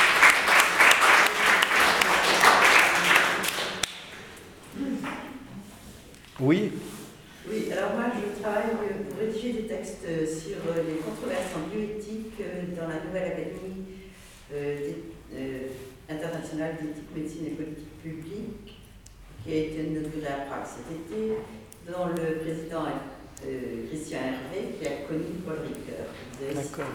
Speaker 3: Oui.
Speaker 4: Oui, alors moi je travaille pour rédiger des textes sur les controverses en bioéthique dans la nouvelle Académie euh, euh, internationale d'éthique, médecine et politique publique, qui a été inaugurée à Prague cet été, dont le président est euh, Christian Hervé, qui a connu Paul Ricoeur.
Speaker 3: D'accord.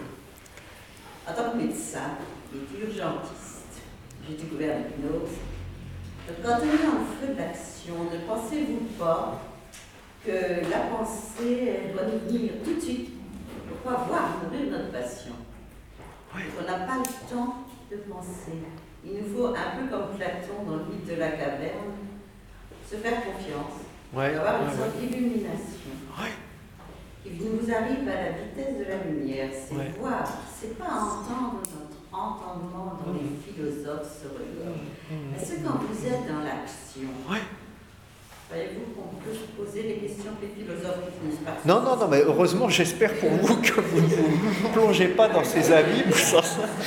Speaker 4: En tant que médecin et urgentiste, j'ai découvert l'hypnose. Quand on est en feu de l'action, ne pensez-vous pas que la pensée, elle doit nous venir tout de suite pour pouvoir voir mourir notre patient?
Speaker 3: Oui.
Speaker 4: On n'a pas le temps de penser. Il nous faut, un peu comme Platon dans le mythe de la caverne, se faire confiance,
Speaker 3: Ouais,
Speaker 4: avoir une
Speaker 3: ouais,
Speaker 4: sorte
Speaker 3: ouais.
Speaker 4: d'illumination.
Speaker 3: Ouais.
Speaker 4: qui nous arrive à la vitesse de la lumière. C'est
Speaker 3: Ouais.
Speaker 4: voir, c'est pas entendre notre entendement dont les philosophes se regorgent.
Speaker 3: Mmh.
Speaker 4: Est-ce que quand vous êtes dans l'action,
Speaker 3: Ouais.
Speaker 4: voyez-vous qu'on peut se poser les questions que les philosophes finissent par se
Speaker 3: Non, non, non, mais heureusement, j'espère pour vous que vous ne vous plongez pas dans ces abîmes. Ça.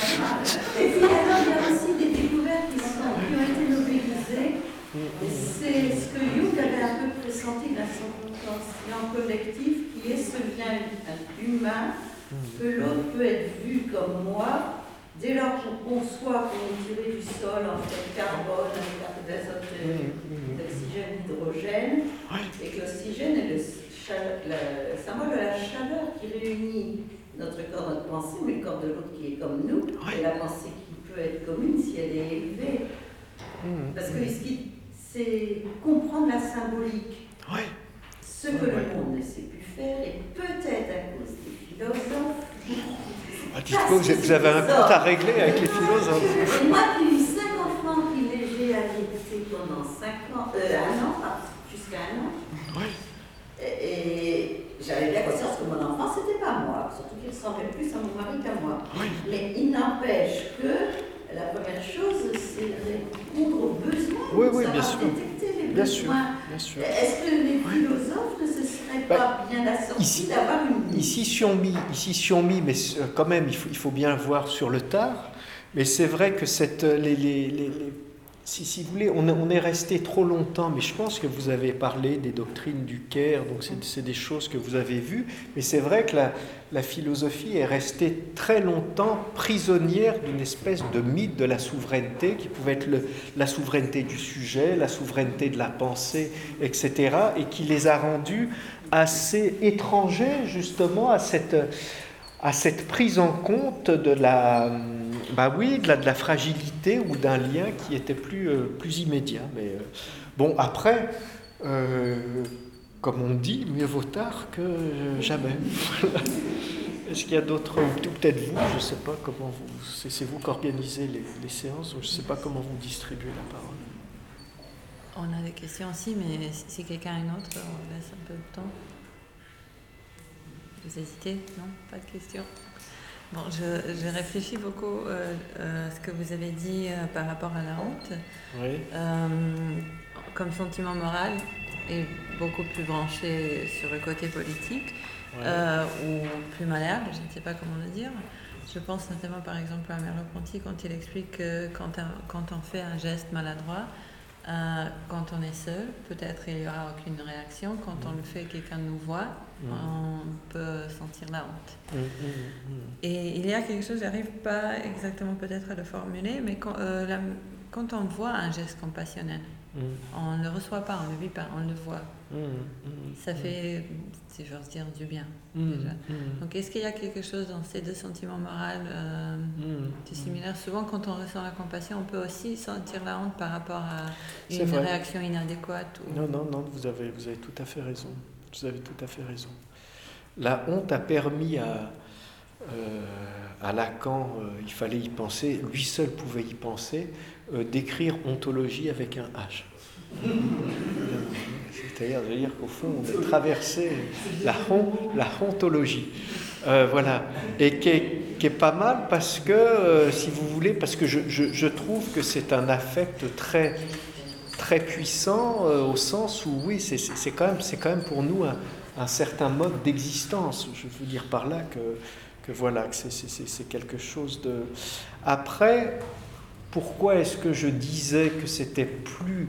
Speaker 4: Et puis alors, il y a aussi des découvertes qui, sont, qui ont été novélisées. Et c'est ce que Jung avait un peu pressenti dans son conscient collectif, qui est ce lien humain, que l'autre peut être vu comme moi, dès lors qu'on conçoit qu'on est tiré du sol en fait carbone, avec d'azote, d'oxygène, d'hydrogène, et que l'oxygène est le, le symbole de la chaleur qui réunit notre corps, notre pensée, mais le corps de l'autre qui est comme nous, et la pensée qui peut être commune si elle est élevée. Parce que ce qui, c'est comprendre la symbolique, ce que le monde ne sait plus faire, et peut-être à cause des philosophes.
Speaker 3: Ah, dites-moi, vous, vous avez un compte à régler avec les philosophes.
Speaker 4: Et moi qui ai eu cinq enfants qui j'ai allaité pendant cinq ans, euh, un an, jusqu'à un an,
Speaker 3: Oui.
Speaker 4: et, et j'avais bien conscience que mon enfant, c'était pas moi, surtout qu'il ressemblait plus à mon mari qu'à moi.
Speaker 3: Oui.
Speaker 4: Mais il n'empêche que la première chose, c'est répondre aux besoins,
Speaker 3: Oui, oui, bien
Speaker 4: savoir
Speaker 3: sûr.
Speaker 4: détecter les
Speaker 3: Bien
Speaker 4: besoins.
Speaker 3: sûr, bien sûr.
Speaker 4: Est-ce que les philosophes ne se seraient
Speaker 3: Bah,
Speaker 4: pas bien assortis
Speaker 3: ici-
Speaker 4: d'avoir une...
Speaker 3: Ici, si on mis, ici, si on mis, mais euh, quand même, il faut, il faut bien voir sur le tard. Mais c'est vrai que cette, les, les, les, les- si, si vous voulez, on, on est resté trop longtemps. Mais je pense que vous avez parlé des doctrines du Caire, donc c'est, c'est des choses que vous avez vues. Mais c'est vrai que la, la philosophie est restée très longtemps prisonnière d'une espèce de mythe de la souveraineté, qui pouvait être le, la souveraineté du sujet, la souveraineté de la pensée, et cetera, et qui les a rendus assez étrangers justement à cette, à cette prise en compte de la, bah oui, de la, de la fragilité ou d'un lien qui était plus, euh, plus immédiat. Mais euh, bon, après, euh, comme on dit, mieux vaut tard que euh, jamais. Est-ce qu'il y a d'autres, ou peut-être vous, je ne sais pas comment vous, c'est, c'est vous qui organisez les, les séances, ou je ne sais pas comment vous distribuez la parole.
Speaker 1: On a des questions aussi, mais si, si quelqu'un a une autre, on laisse un peu de temps. Vous hésitez? Non? Pas de questions? Bon, je, je réfléchis beaucoup euh, euh, à ce que vous avez dit euh, par rapport à la honte.
Speaker 3: Oui.
Speaker 1: Euh, comme sentiment moral et beaucoup plus branché sur le côté politique,
Speaker 3: Ouais.
Speaker 1: euh, ou plus malléable, je ne sais pas comment le dire. Je pense notamment par exemple à Merleau-Ponty quand il explique que quand, un, quand on fait un geste maladroit, euh, quand on est seul, peut-être il n'y aura aucune réaction. Quand on le fait, quelqu'un nous voit,
Speaker 3: Mmh.
Speaker 1: on peut sentir la honte.
Speaker 3: Mmh, mmh, mmh.
Speaker 1: Et il y a quelque chose, j'arrive pas exactement peut-être à le formuler, mais quand, euh, la, quand on voit un geste compassionnel,
Speaker 3: Mmh.
Speaker 1: on ne le reçoit pas, on ne le vit pas, on le voit.
Speaker 3: Mmh, mmh,
Speaker 1: Ça fait, si j'ose dire, du bien.
Speaker 3: mmh,
Speaker 1: déjà.
Speaker 3: mmh.
Speaker 1: Donc est-ce qu'il y a quelque chose dans ces deux sentiments moraux euh,
Speaker 3: Mmh.
Speaker 1: qui est similaire? Souvent quand on ressent la compassion, on peut aussi sentir la honte par rapport à
Speaker 3: C'est
Speaker 1: une
Speaker 3: vrai.
Speaker 1: réaction inadéquate. Ou...
Speaker 3: Non, non, non, vous avez, vous avez tout à fait raison. Vous avez tout à fait raison. La honte a permis à, euh, à Lacan, euh, il fallait y penser, lui seul pouvait y penser, euh, d'écrire ontologie avec un H. C'est-à-dire de dire qu'au fond, on a traversé la, hon, la hontologie. Euh, voilà. Et qui est, qui est pas mal parce que, euh, si vous voulez, parce que je, je, je trouve que c'est un affect très, très puissant, euh, au sens où, oui, c'est, c'est, c'est, quand même, c'est quand même pour nous un, un certain mode d'existence. Je veux dire par là que, que voilà, que c'est, c'est, c'est, c'est quelque chose de... Après, pourquoi est-ce que je disais que c'était plus...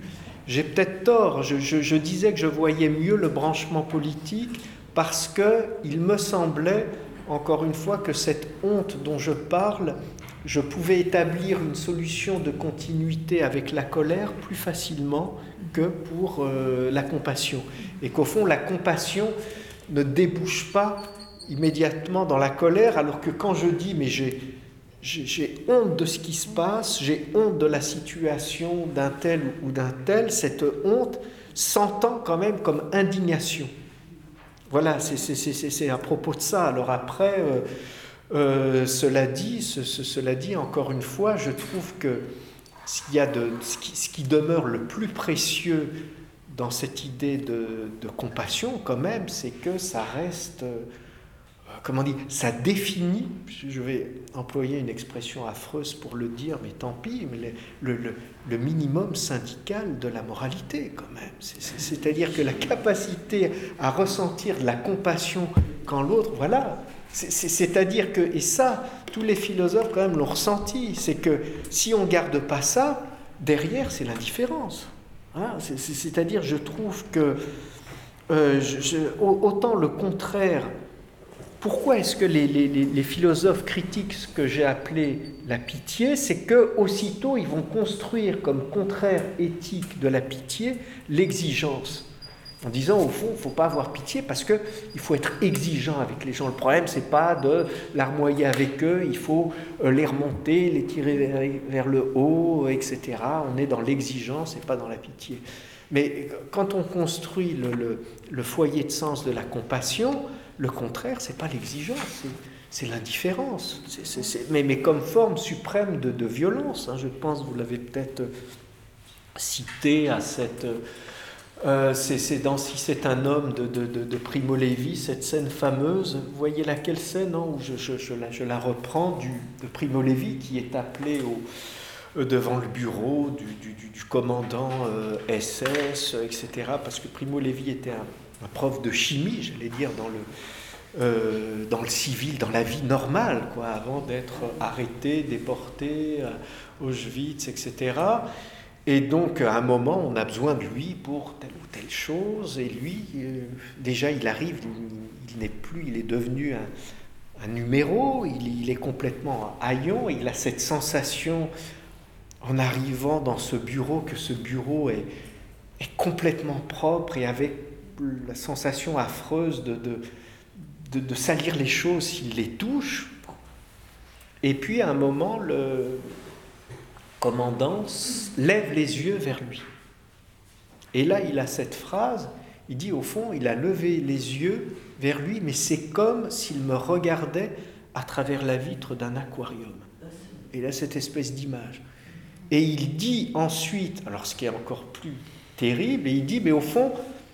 Speaker 3: j'ai peut-être tort, je, je, je disais que je voyais mieux le branchement politique parce qu'il me semblait, encore une fois, que cette honte dont je parle, je pouvais établir une solution de continuité avec la colère plus facilement que pour euh, la compassion. Et qu'au fond, la compassion ne débouche pas immédiatement dans la colère, alors que quand je dis « mais j'ai, j'ai, j'ai honte de ce qui se passe, j'ai honte de la situation d'un tel ou d'un tel », cette honte s'entend quand même comme indignation. Voilà, c'est, c'est, c'est, c'est à propos de ça. Alors après, euh, euh, cela dit, ce, ce, cela dit, encore une fois, je trouve que s'il y a de, ce, qui, ce qui demeure le plus précieux dans cette idée de, de compassion, quand même, c'est que ça reste, euh, comment dire, ça définit, je vais employer une expression affreuse pour le dire, mais tant pis, mais le, le, le minimum syndical de la moralité, quand même. C'est, c'est, c'est-à-dire que la capacité à ressentir de la compassion quand l'autre, voilà, c'est, c'est, c'est-à-dire que, et ça, tous les philosophes quand même l'ont ressenti, c'est que si on ne garde pas ça, derrière, c'est l'indifférence. Hein, c'est, c'est, c'est-à-dire, je trouve que euh, je, je, autant le contraire. Pourquoi est-ce que les, les, les philosophes critiquent ce que j'ai appelé la pitié? C'est qu'aussitôt, ils vont construire comme contraire éthique de la pitié l'exigence. En disant, au fond, il ne faut pas avoir pitié parce qu'il faut être exigeant avec les gens. Le problème, ce n'est pas de larmoyer avec eux, il faut les remonter, les tirer vers, vers le haut, et cetera. On est dans l'exigence et pas dans la pitié. Mais quand on construit le, le, le foyer de sens de la compassion, le contraire, ce n'est pas l'exigence, c'est, c'est l'indifférence. C'est, c'est, c'est, mais, mais comme forme suprême de, de violence. Hein, je pense, vous l'avez peut-être cité à cette... Euh, c'est, c'est dans Si c'est un homme de, de, de, de Primo Levi, cette scène fameuse. Vous voyez laquelle scène, non, où je, je, je, la, je la reprends du, de Primo Levi qui est appelé au... devant le bureau du, du, du commandant euh, S S, et cetera. Parce que Primo Levi était un, un prof de chimie, j'allais dire, dans le, euh, dans le civil, dans la vie normale, quoi, avant d'être arrêté, déporté à Auschwitz, et cetera. Et donc, à un moment, on a besoin de lui pour telle ou telle chose. Et lui, euh, déjà, il arrive, il, il n'est plus, il est devenu un, un numéro, il, il est complètement haillant, il a cette sensation... en arrivant dans ce bureau, que ce bureau est, est complètement propre et avec la sensation affreuse de, de, de, de salir les choses s'il les touche. Et puis, à un moment, le commandant lève les yeux vers lui. Et là, il a cette phrase, il dit, au fond, il a levé les yeux vers lui, mais c'est comme s'il me regardait à travers la vitre d'un aquarium. Et là, cette espèce d'image. Et il dit ensuite, alors ce qui est encore plus terrible, et il dit, mais au fond,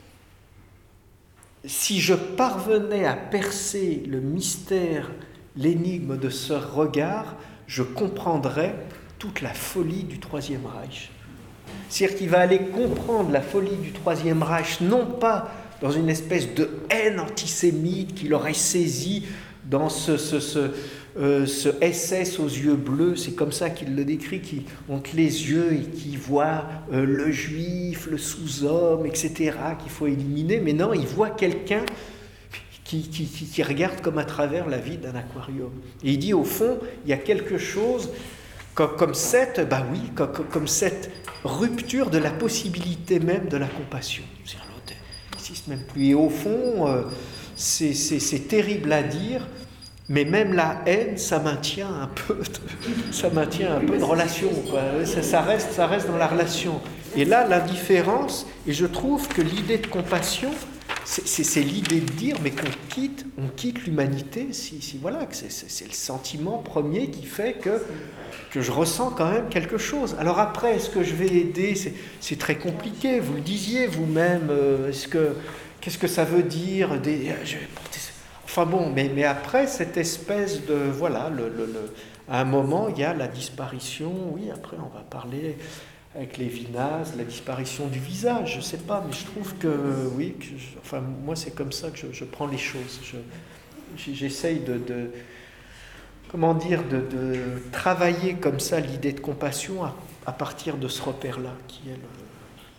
Speaker 3: si je parvenais à percer le mystère, l'énigme de ce regard, je comprendrais toute la folie du Troisième Reich. C'est-à-dire qu'il va aller comprendre la folie du Troisième Reich, non pas dans une espèce de haine antisémite qu'il aurait saisi dans ce... ce, ce Euh, ce S S aux yeux bleus, c'est comme ça qu'il le décrit, qui ont les yeux et qui voit euh, le juif, le sous-homme, et cetera, qu'il faut éliminer. Mais non, il voit quelqu'un qui, qui, qui, qui regarde comme à travers la vie d'un aquarium. Et il dit, au fond, il y a quelque chose comme, comme cette, bah oui, comme, comme cette rupture de la possibilité même de la compassion. C'est-à-dire, l'autre n'existe même plus. Et au fond, euh, c'est, c'est, c'est terrible à dire. Mais même la haine, ça maintient un peu de, ça maintient un peu de relation, quoi. Ça, ça, reste, ça reste dans la relation. Et là, l'indifférence, et je trouve que l'idée de compassion, c'est, c'est, c'est l'idée de dire, mais qu'on quitte, on quitte l'humanité, si, si, voilà, que c'est, c'est, c'est le sentiment premier qui fait que, que je ressens quand même quelque chose. Alors après, est-ce que je vais aider? C'est, c'est très compliqué, vous le disiez vous-même, euh, est-ce que, qu'est-ce que ça veut dire des, je vais porter Enfin bon, mais, mais après, cette espèce de... Voilà, le, le, le, à un moment, il y a la disparition, oui, après on va parler avec Lévinas, la disparition du visage, je ne sais pas, mais je trouve que, oui, que je, enfin, moi c'est comme ça que je, je prends les choses. Je, j'essaye de, de... Comment dire, de, de travailler comme ça l'idée de compassion à, à partir de ce repère-là, qui est le...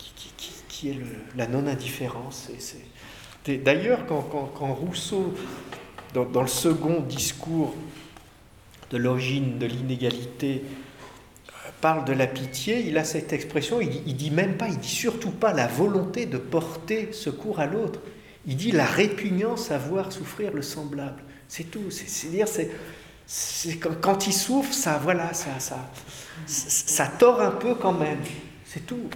Speaker 3: qui, qui, qui est le, la non-indifférence. Et c'est... D'ailleurs, quand, quand, quand Rousseau, dans, dans le second discours de l'origine de l'inégalité, parle de la pitié, il a cette expression, il, il dit même pas, il dit surtout pas la volonté de porter secours à l'autre. Il dit la répugnance à voir souffrir le semblable. C'est tout. C'est, c'est dire, c'est, c'est quand, quand il souffre, ça, voilà, ça, ça, ça, ça tord un peu quand même. C'est tout.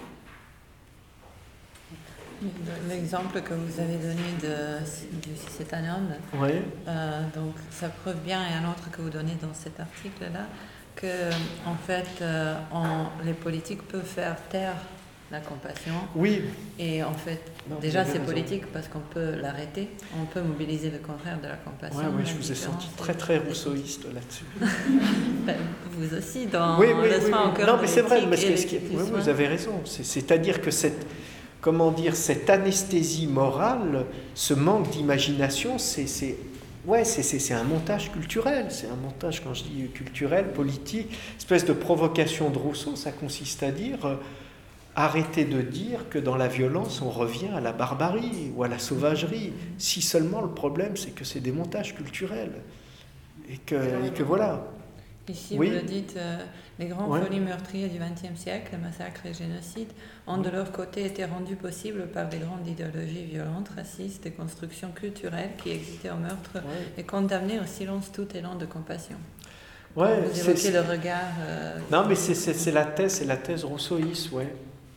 Speaker 1: L'exemple que vous avez donné de, du cétanone,
Speaker 3: oui.
Speaker 1: euh, donc ça prouve bien, et un autre que vous donnez dans cet article-là, que en fait, euh, on, les politiques peuvent faire taire la compassion.
Speaker 3: Oui.
Speaker 1: Et en fait, non, déjà c'est politique parce qu'on peut l'arrêter, on peut mobiliser le contraire de la compassion.
Speaker 3: Oui, oui, je vous ai senti très très rousseauiste là-dessus.
Speaker 1: Ben, vous aussi, dans
Speaker 3: oui, oui,
Speaker 1: le
Speaker 3: oui,
Speaker 1: soin
Speaker 3: oui.
Speaker 1: au cœur.
Speaker 3: Non, mais c'est vrai, parce que,
Speaker 1: ce
Speaker 3: qui, oui, vous avez raison. C'est, c'est-à-dire que cette, comment dire, cette anesthésie morale, ce manque d'imagination, c'est, c'est, ouais, c'est, c'est, c'est un montage culturel. C'est un montage, quand je dis culturel, politique, espèce de provocation de Rousseau. Ça consiste à dire... Euh, arrêtez de dire que dans la violence, on revient à la barbarie ou à la sauvagerie. Si seulement le problème, c'est que c'est des montages culturels. Et que, et que voilà.
Speaker 1: Ici,
Speaker 3: oui.
Speaker 1: vous le dites, euh, les grands
Speaker 3: ouais.
Speaker 1: folies meurtriers du vingtième siècle, massacres et génocides, ont de leur côté été rendus possibles par des grandes idéologies violentes, racistes, des constructions culturelles qui excitaient au meurtre ouais. et condamnaient au silence tout élan de compassion.
Speaker 3: Ouais,
Speaker 1: vous évoquez c'est, le regard... Euh,
Speaker 3: non, mais c'est, c'est, c'est la thèse, c'est la thèse rousseauiste, ouais.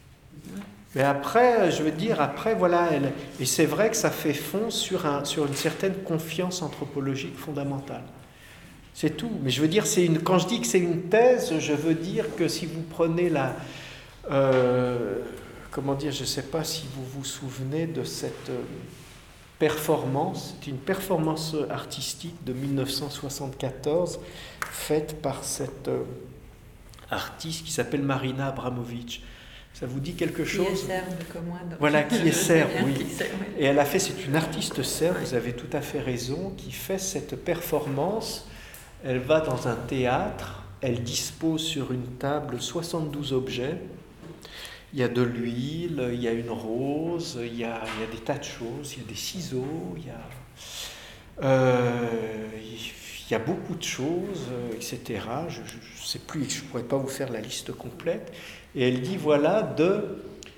Speaker 3: Mais après, je veux dire, après, voilà, elle, et c'est vrai que ça fait fond sur, un, sur une certaine confiance anthropologique fondamentale. C'est tout. Mais je veux dire, c'est une, quand je dis que c'est une thèse, je veux dire que si vous prenez la... Euh, comment dire, je ne sais pas si vous vous souvenez de cette euh, performance, c'est une performance artistique de dix-neuf cent soixante-quatorze, faite par cette euh, artiste qui s'appelle Marina Abramović. Ça vous dit quelque chose ?
Speaker 1: Qui est serbe comme moi. Donc.
Speaker 3: Voilà, qui est serbe, oui.
Speaker 1: Qui sait, oui.
Speaker 3: Et elle a fait, c'est une artiste serbe, vous avez tout à fait raison, qui fait cette performance. Elle va dans un théâtre, elle dispose sur une table soixante-douze objets. Il y a de l'huile, il y a une rose, il y a, il y a des tas de choses, il y a des ciseaux, il y a, euh, il y a beaucoup de choses, et cetera. Je ne sais plus, je ne pourrais pas vous faire la liste complète. Et elle dit, voilà, de,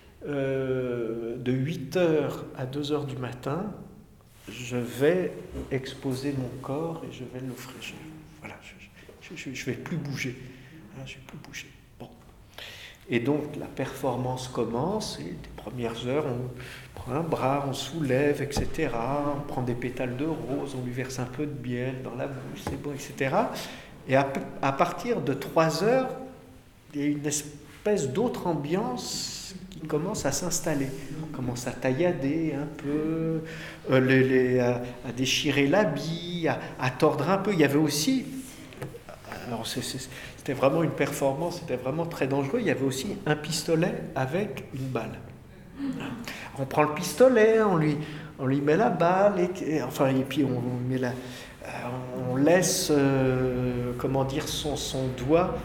Speaker 3: euh, de huit heures à deux heures du matin, je vais exposer mon corps et je vais l'offrir. Je, voilà, je ne vais plus bouger. Hein, je vais plus bouger. Bon. Et donc, la performance commence, et les premières heures, on prend un bras, on soulève, et cetera. On prend des pétales de rose, on lui verse un peu de miel dans la bouche, c'est bon, et cetera. Et à, à partir de trois heures, il y a une espèce espèce d'autre ambiance qui commence à s'installer. On commence à taillader un peu, euh, les, les, à, à déchirer l'habit, à, à tordre un peu. Il y avait aussi, alors c'est, c'est, c'était vraiment une performance, c'était vraiment très dangereux, il y avait aussi un pistolet avec une balle. On prend le pistolet, on lui, on lui met la balle, et, et, enfin, et puis on, on, met la, on laisse, euh, comment dire, son, son doigt...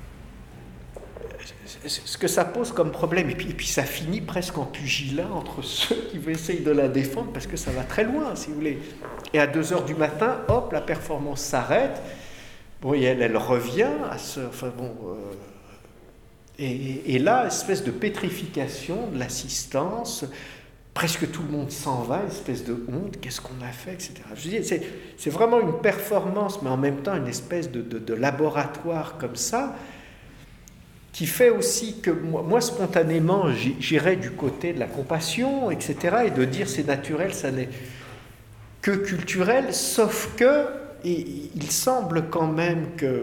Speaker 3: Ce que ça pose comme problème, et puis, et puis ça finit presque en pugilat entre ceux qui essayent de la défendre, parce que ça va très loin, si vous voulez. Et à deux heures du matin, hop, la performance s'arrête. Bon, et elle, elle revient à ce... Enfin bon... Euh, et, et là, espèce de pétrification de l'assistance, presque tout le monde s'en va, espèce de honte, qu'est-ce qu'on a fait, et cetera. Je veux dire, c'est, c'est vraiment une performance, mais en même temps une espèce de, de, de laboratoire comme ça, qui fait aussi que moi, moi spontanément, j'irais du côté de la compassion, et cetera, et de dire c'est naturel, ça n'est que culturel, sauf que, et il semble quand même que,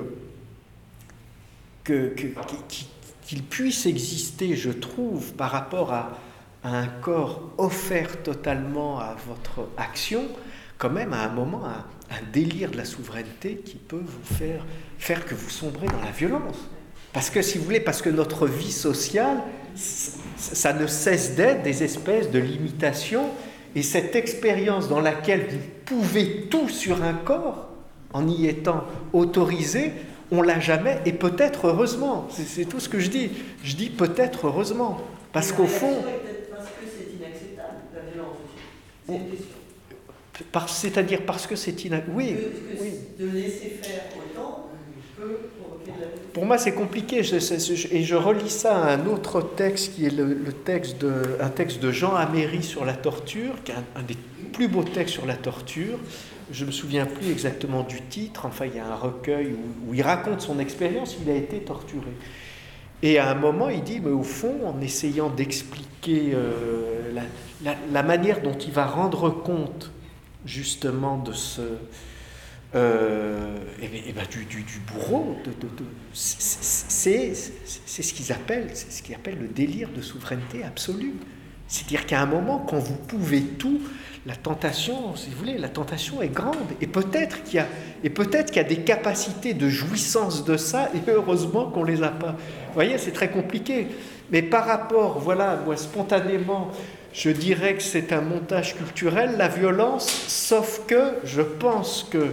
Speaker 3: que, que, qu'il puisse exister, je trouve, par rapport à, à un corps offert totalement à votre action, quand même à un moment, un, un délire de la souveraineté qui peut vous faire, faire que vous sombrez dans la violence. Parce que, si vous voulez, parce que notre vie sociale, ça ne cesse d'être des espèces de limitations, et cette expérience dans laquelle vous pouvez tout sur un corps, en y étant autorisé, on ne l'a jamais, et peut-être heureusement. C'est, c'est tout ce que je dis. Je dis peut-être heureusement. Parce qu'au fond...
Speaker 5: Parce que c'est inacceptable, la violence aussi. C'est une question.
Speaker 3: Par, c'est-à-dire parce que c'est inacceptable. Oui,
Speaker 5: que, que
Speaker 3: oui.
Speaker 5: De laisser faire autant peut provoquer de la violence.
Speaker 3: Pour moi, c'est compliqué. Je, je, et je relis ça à un autre texte qui est le, le texte de, un texte de Jean Améry sur la torture, qui est un, un des plus beaux textes sur la torture. Je ne me souviens plus exactement du titre. Enfin, il y a un recueil où, où il raconte son expérience. Il a été torturé. Et à un moment, il dit, mais au fond, en essayant d'expliquer euh, la, la, la manière dont il va rendre compte justement de ce, euh, et, et ben, du, du, du bourreau, de, de, de, c'est, c'est ce qu'ils appellent, c'est ce qu'ils appellent le délire de souveraineté absolue. C'est-à-dire qu'à un moment, quand vous pouvez tout, la tentation, si vous voulez, la tentation est grande. Et peut-être qu'il y a, et peut-être qu'il y a des capacités de jouissance de ça, et heureusement qu'on ne les a pas. Vous voyez, c'est très compliqué. Mais par rapport, voilà, moi, spontanément, je dirais que c'est un montage culturel, la violence, sauf que je pense que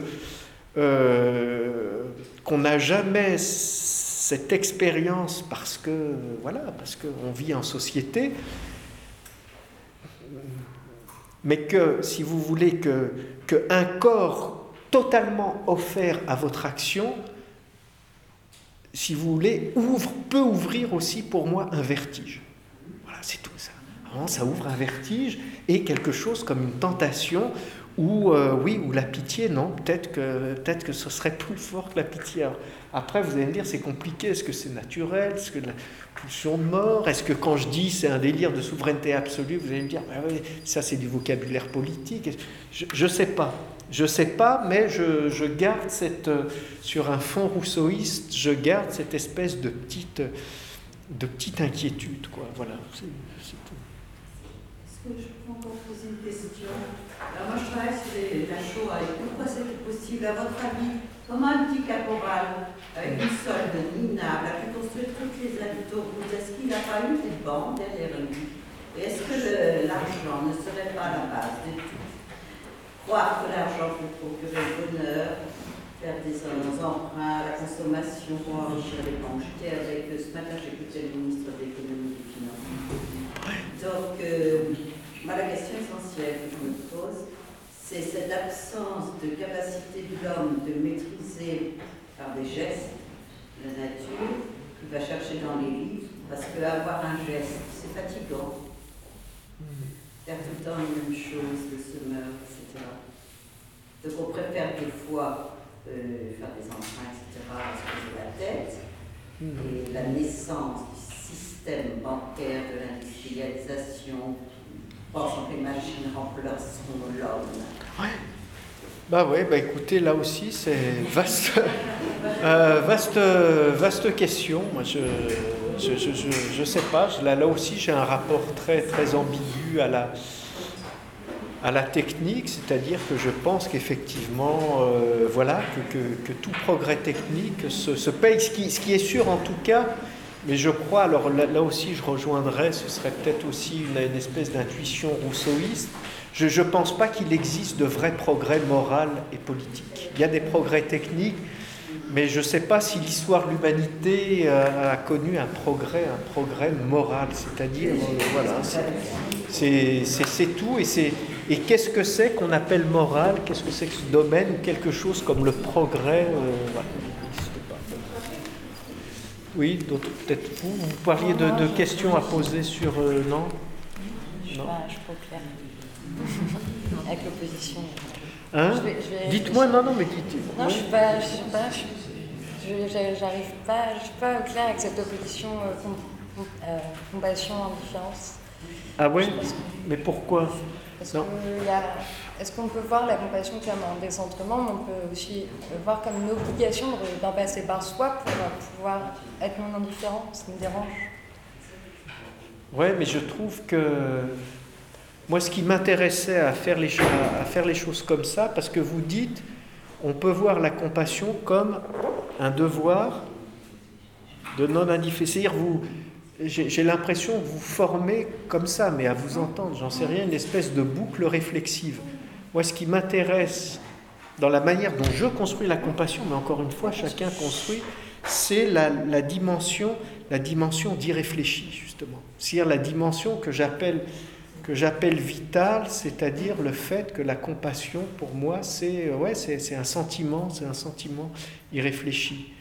Speaker 3: euh, qu'on n'a jamais cette expérience parce que, voilà, parce qu'on vit en société, mais que, si vous voulez, que, que un corps totalement offert à votre action, si vous voulez, ouvre, peut ouvrir aussi pour moi un vertige. Voilà, c'est tout ça. Vraiment, ça ouvre un vertige et quelque chose comme une tentation où, euh, oui, ou la pitié, non, peut-être que, peut-être que ce serait plus fort que la pitié. Alors, après, vous allez me dire, c'est compliqué, est-ce que c'est naturel, est-ce que la pulsion de mort, est-ce que quand je dis c'est un délire de souveraineté absolue, vous allez me dire, bah oui, ça c'est du vocabulaire politique, je ne sais pas, je ne sais pas, mais je, je garde cette, sur un fond rousseauiste, je garde cette espèce de petite, de petite inquiétude, quoi, voilà, c'est, c'est tout.
Speaker 4: Est-ce que je peux encore poser une question? Alors moi je travaille sur les, la Shoah, et pourquoi c'est possible, à votre avis, comment un petit caporal, avec une solde minable, a pu construire toutes les autoroutes? Est-ce qu'il n'a pas eu des banques derrière lui? Et est-ce que le, l'argent ne serait pas la base de tout? Croire que l'argent peut procurer le bonheur, faire des emprunts à la consommation pour enrichir les banques. J'étais avec, ce matin, j'écoutais le ministre de l'économie et des finances. Donc, euh, moi, la question essentielle que je me pose, c'est cette absence de capacité de l'homme de maîtriser par des gestes la nature qu'il va chercher dans les livres, parce qu'avoir un geste, c'est fatigant. Faire tout le temps la même chose, le semeur, et cetera. Donc on préfère des fois euh, faire des emprunts, et cetera, à se poser la tête. Et la naissance du système bancaire, de l'industrialisation, pensant que les machines remplaceront l'homme.
Speaker 3: Ouais. Bah ouais, bah écoutez, là aussi c'est vaste, euh, vaste, vaste question. Moi, je, je, je, je, je sais pas. Là, là aussi, j'ai un rapport très, très ambigu à la, à la technique, c'est-à-dire que je pense qu'effectivement, euh, voilà, que, que, que tout progrès technique se, se paye. Ce qui, ce qui est sûr, en tout cas. Mais je crois, alors là, là aussi, je rejoindrais. Ce serait peut-être aussi une, une espèce d'intuition rousseauiste. Je ne pense pas qu'il existe de vrais progrès moral et politique. Il y a des progrès techniques, mais je ne sais pas si l'histoire de l'humanité a, a connu un progrès, un progrès moral. C'est-à-dire, euh, voilà, c'est, c'est, c'est, c'est tout. Et, c'est, et qu'est-ce que c'est qu'on appelle moral? Qu'est-ce que c'est que ce domaine? Ou quelque chose comme le progrès euh, voilà, il n'existe pas. Oui, d'autres, peut-être vous, vous parliez de, de questions à poser sur... Euh, non
Speaker 2: Je ne suis pas au clair. Avec l'opposition.
Speaker 3: Hein
Speaker 2: je vais, je vais
Speaker 3: Dites-moi, non, non, mais dites.
Speaker 2: Non, je ne suis pas, je suis pas, je, je, j'arrive pas, je suis pas au clair avec cette opposition euh, com, euh, compassion, indifférence.
Speaker 3: Ah ouais, mais pourquoi?
Speaker 2: Parce non. Que y a, est-ce qu'on peut voir la compassion comme un décentrement, mais on peut aussi voir comme une obligation d'en passer par soi pour pouvoir être non indifférent? Ça me dérange.
Speaker 3: Ouais, mais je trouve que moi, ce qui m'intéressait à faire les choses, à faire les choses comme ça, parce que vous dites, on peut voir la compassion comme un devoir de non-indifférence. C'est-à-dire, vous, j'ai, j'ai l'impression que vous formez comme ça, mais à vous entendre, j'en sais rien, une espèce de boucle réflexive. Moi, ce qui m'intéresse dans la manière dont je construis la compassion, mais encore une fois, chacun construit, c'est la, la dimension, la dimension d'irréfléchi, justement. C'est-à-dire la dimension que j'appelle, que j'appelle vitale, c'est-à-dire le fait que la compassion, pour moi, c'est, ouais, c'est, c'est un sentiment, c'est un sentiment irréfléchi.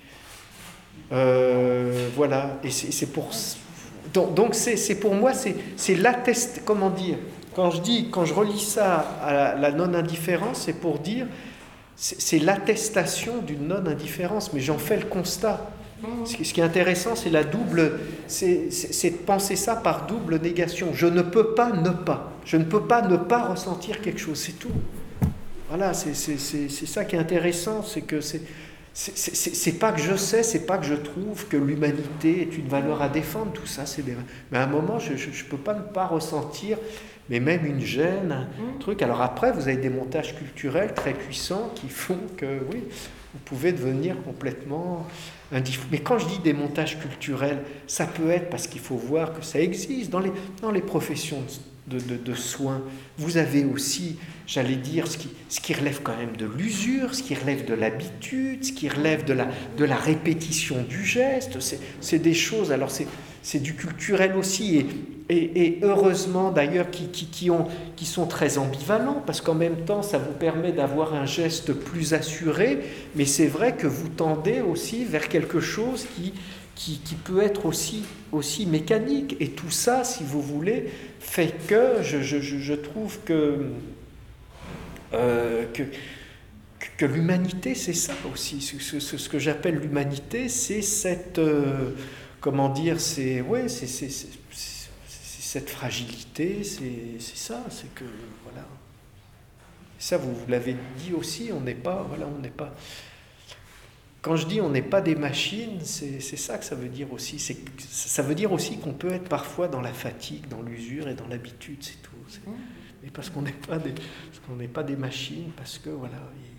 Speaker 3: Euh, voilà, et c'est, c'est pour... Donc, donc c'est, c'est pour moi, c'est, c'est l'attest... Comment dire ? Quand je dis, quand je relis ça à la, la non-indifférence, c'est pour dire... C'est l'attestation d'une non-indifférence, mais j'en fais le constat. Ce qui est intéressant, c'est la double, c'est, c'est, c'est de penser ça par double négation. Je ne peux pas ne pas. Je ne peux pas ne pas ressentir quelque chose, c'est tout. Voilà, c'est, c'est, c'est, c'est ça qui est intéressant, c'est que c'est, c'est, c'est, c'est pas que je sais, c'est pas que je trouve que l'humanité est une valeur à défendre, tout ça, c'est des... Mais à un moment, je ne peux pas ne pas ressentir... mais même une gêne, un truc. Alors après, vous avez des montages culturels très puissants qui font que, oui, vous pouvez devenir complètement indifférent. Mais quand je dis des montages culturels, ça peut être parce qu'il faut voir que ça existe. Dans les, dans les professions de, de, de soins, vous avez aussi, j'allais dire, ce qui, ce qui relève quand même de l'usure, ce qui relève de l'habitude, ce qui relève de la, de la répétition du geste. C'est, c'est des choses, alors c'est, c'est du culturel aussi, et Et, et heureusement d'ailleurs qui, qui, qui, ont, qui sont très ambivalents, parce qu'en même temps ça vous permet d'avoir un geste plus assuré, mais c'est vrai que vous tendez aussi vers quelque chose qui, qui, qui peut être aussi, aussi mécanique. Et tout ça, si vous voulez, fait que je, je, je trouve que, euh, que, que l'humanité, c'est ça aussi. Ce, ce, ce que j'appelle l'humanité, c'est cette... Euh, comment dire, c'est... Ouais, c'est... c'est, c'est cette fragilité, c'est, c'est ça, c'est que, voilà. Ça, vous, vous l'avez dit aussi, on n'est pas, voilà, on n'est pas... Quand je dis on n'est pas des machines, c'est, c'est ça que ça veut dire aussi. C'est, ça veut dire aussi qu'on peut être parfois dans la fatigue, dans l'usure et dans l'habitude, c'est tout. C'est, mais parce qu'on n'est pas des, parce qu'on n'est pas des machines, parce que, voilà.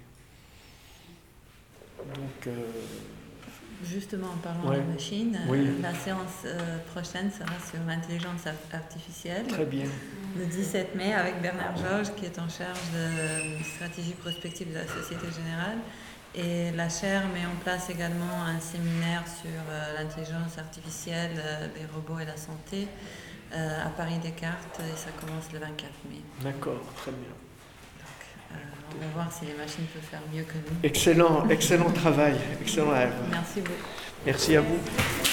Speaker 3: Et, donc... Euh,
Speaker 1: Justement, en parlant
Speaker 3: ouais.
Speaker 1: de machine,
Speaker 3: Oui.
Speaker 1: euh, la séance euh, prochaine sera sur l'intelligence artificielle.
Speaker 3: Très bien.
Speaker 1: Le dix-sept mai, avec Bernard Georges, qui est en charge de la stratégie prospective de la Société Générale. Et la chaire met en place également un séminaire sur euh, l'intelligence artificielle, euh, les robots et la santé euh, à Paris-Descartes, et ça commence le vingt-quatre mai.
Speaker 3: D'accord, très bien.
Speaker 1: Euh, on va voir si les machines peuvent faire mieux que nous.
Speaker 3: Excellent, excellent travail. Excellent.
Speaker 1: Merci beaucoup.
Speaker 3: Merci à vous.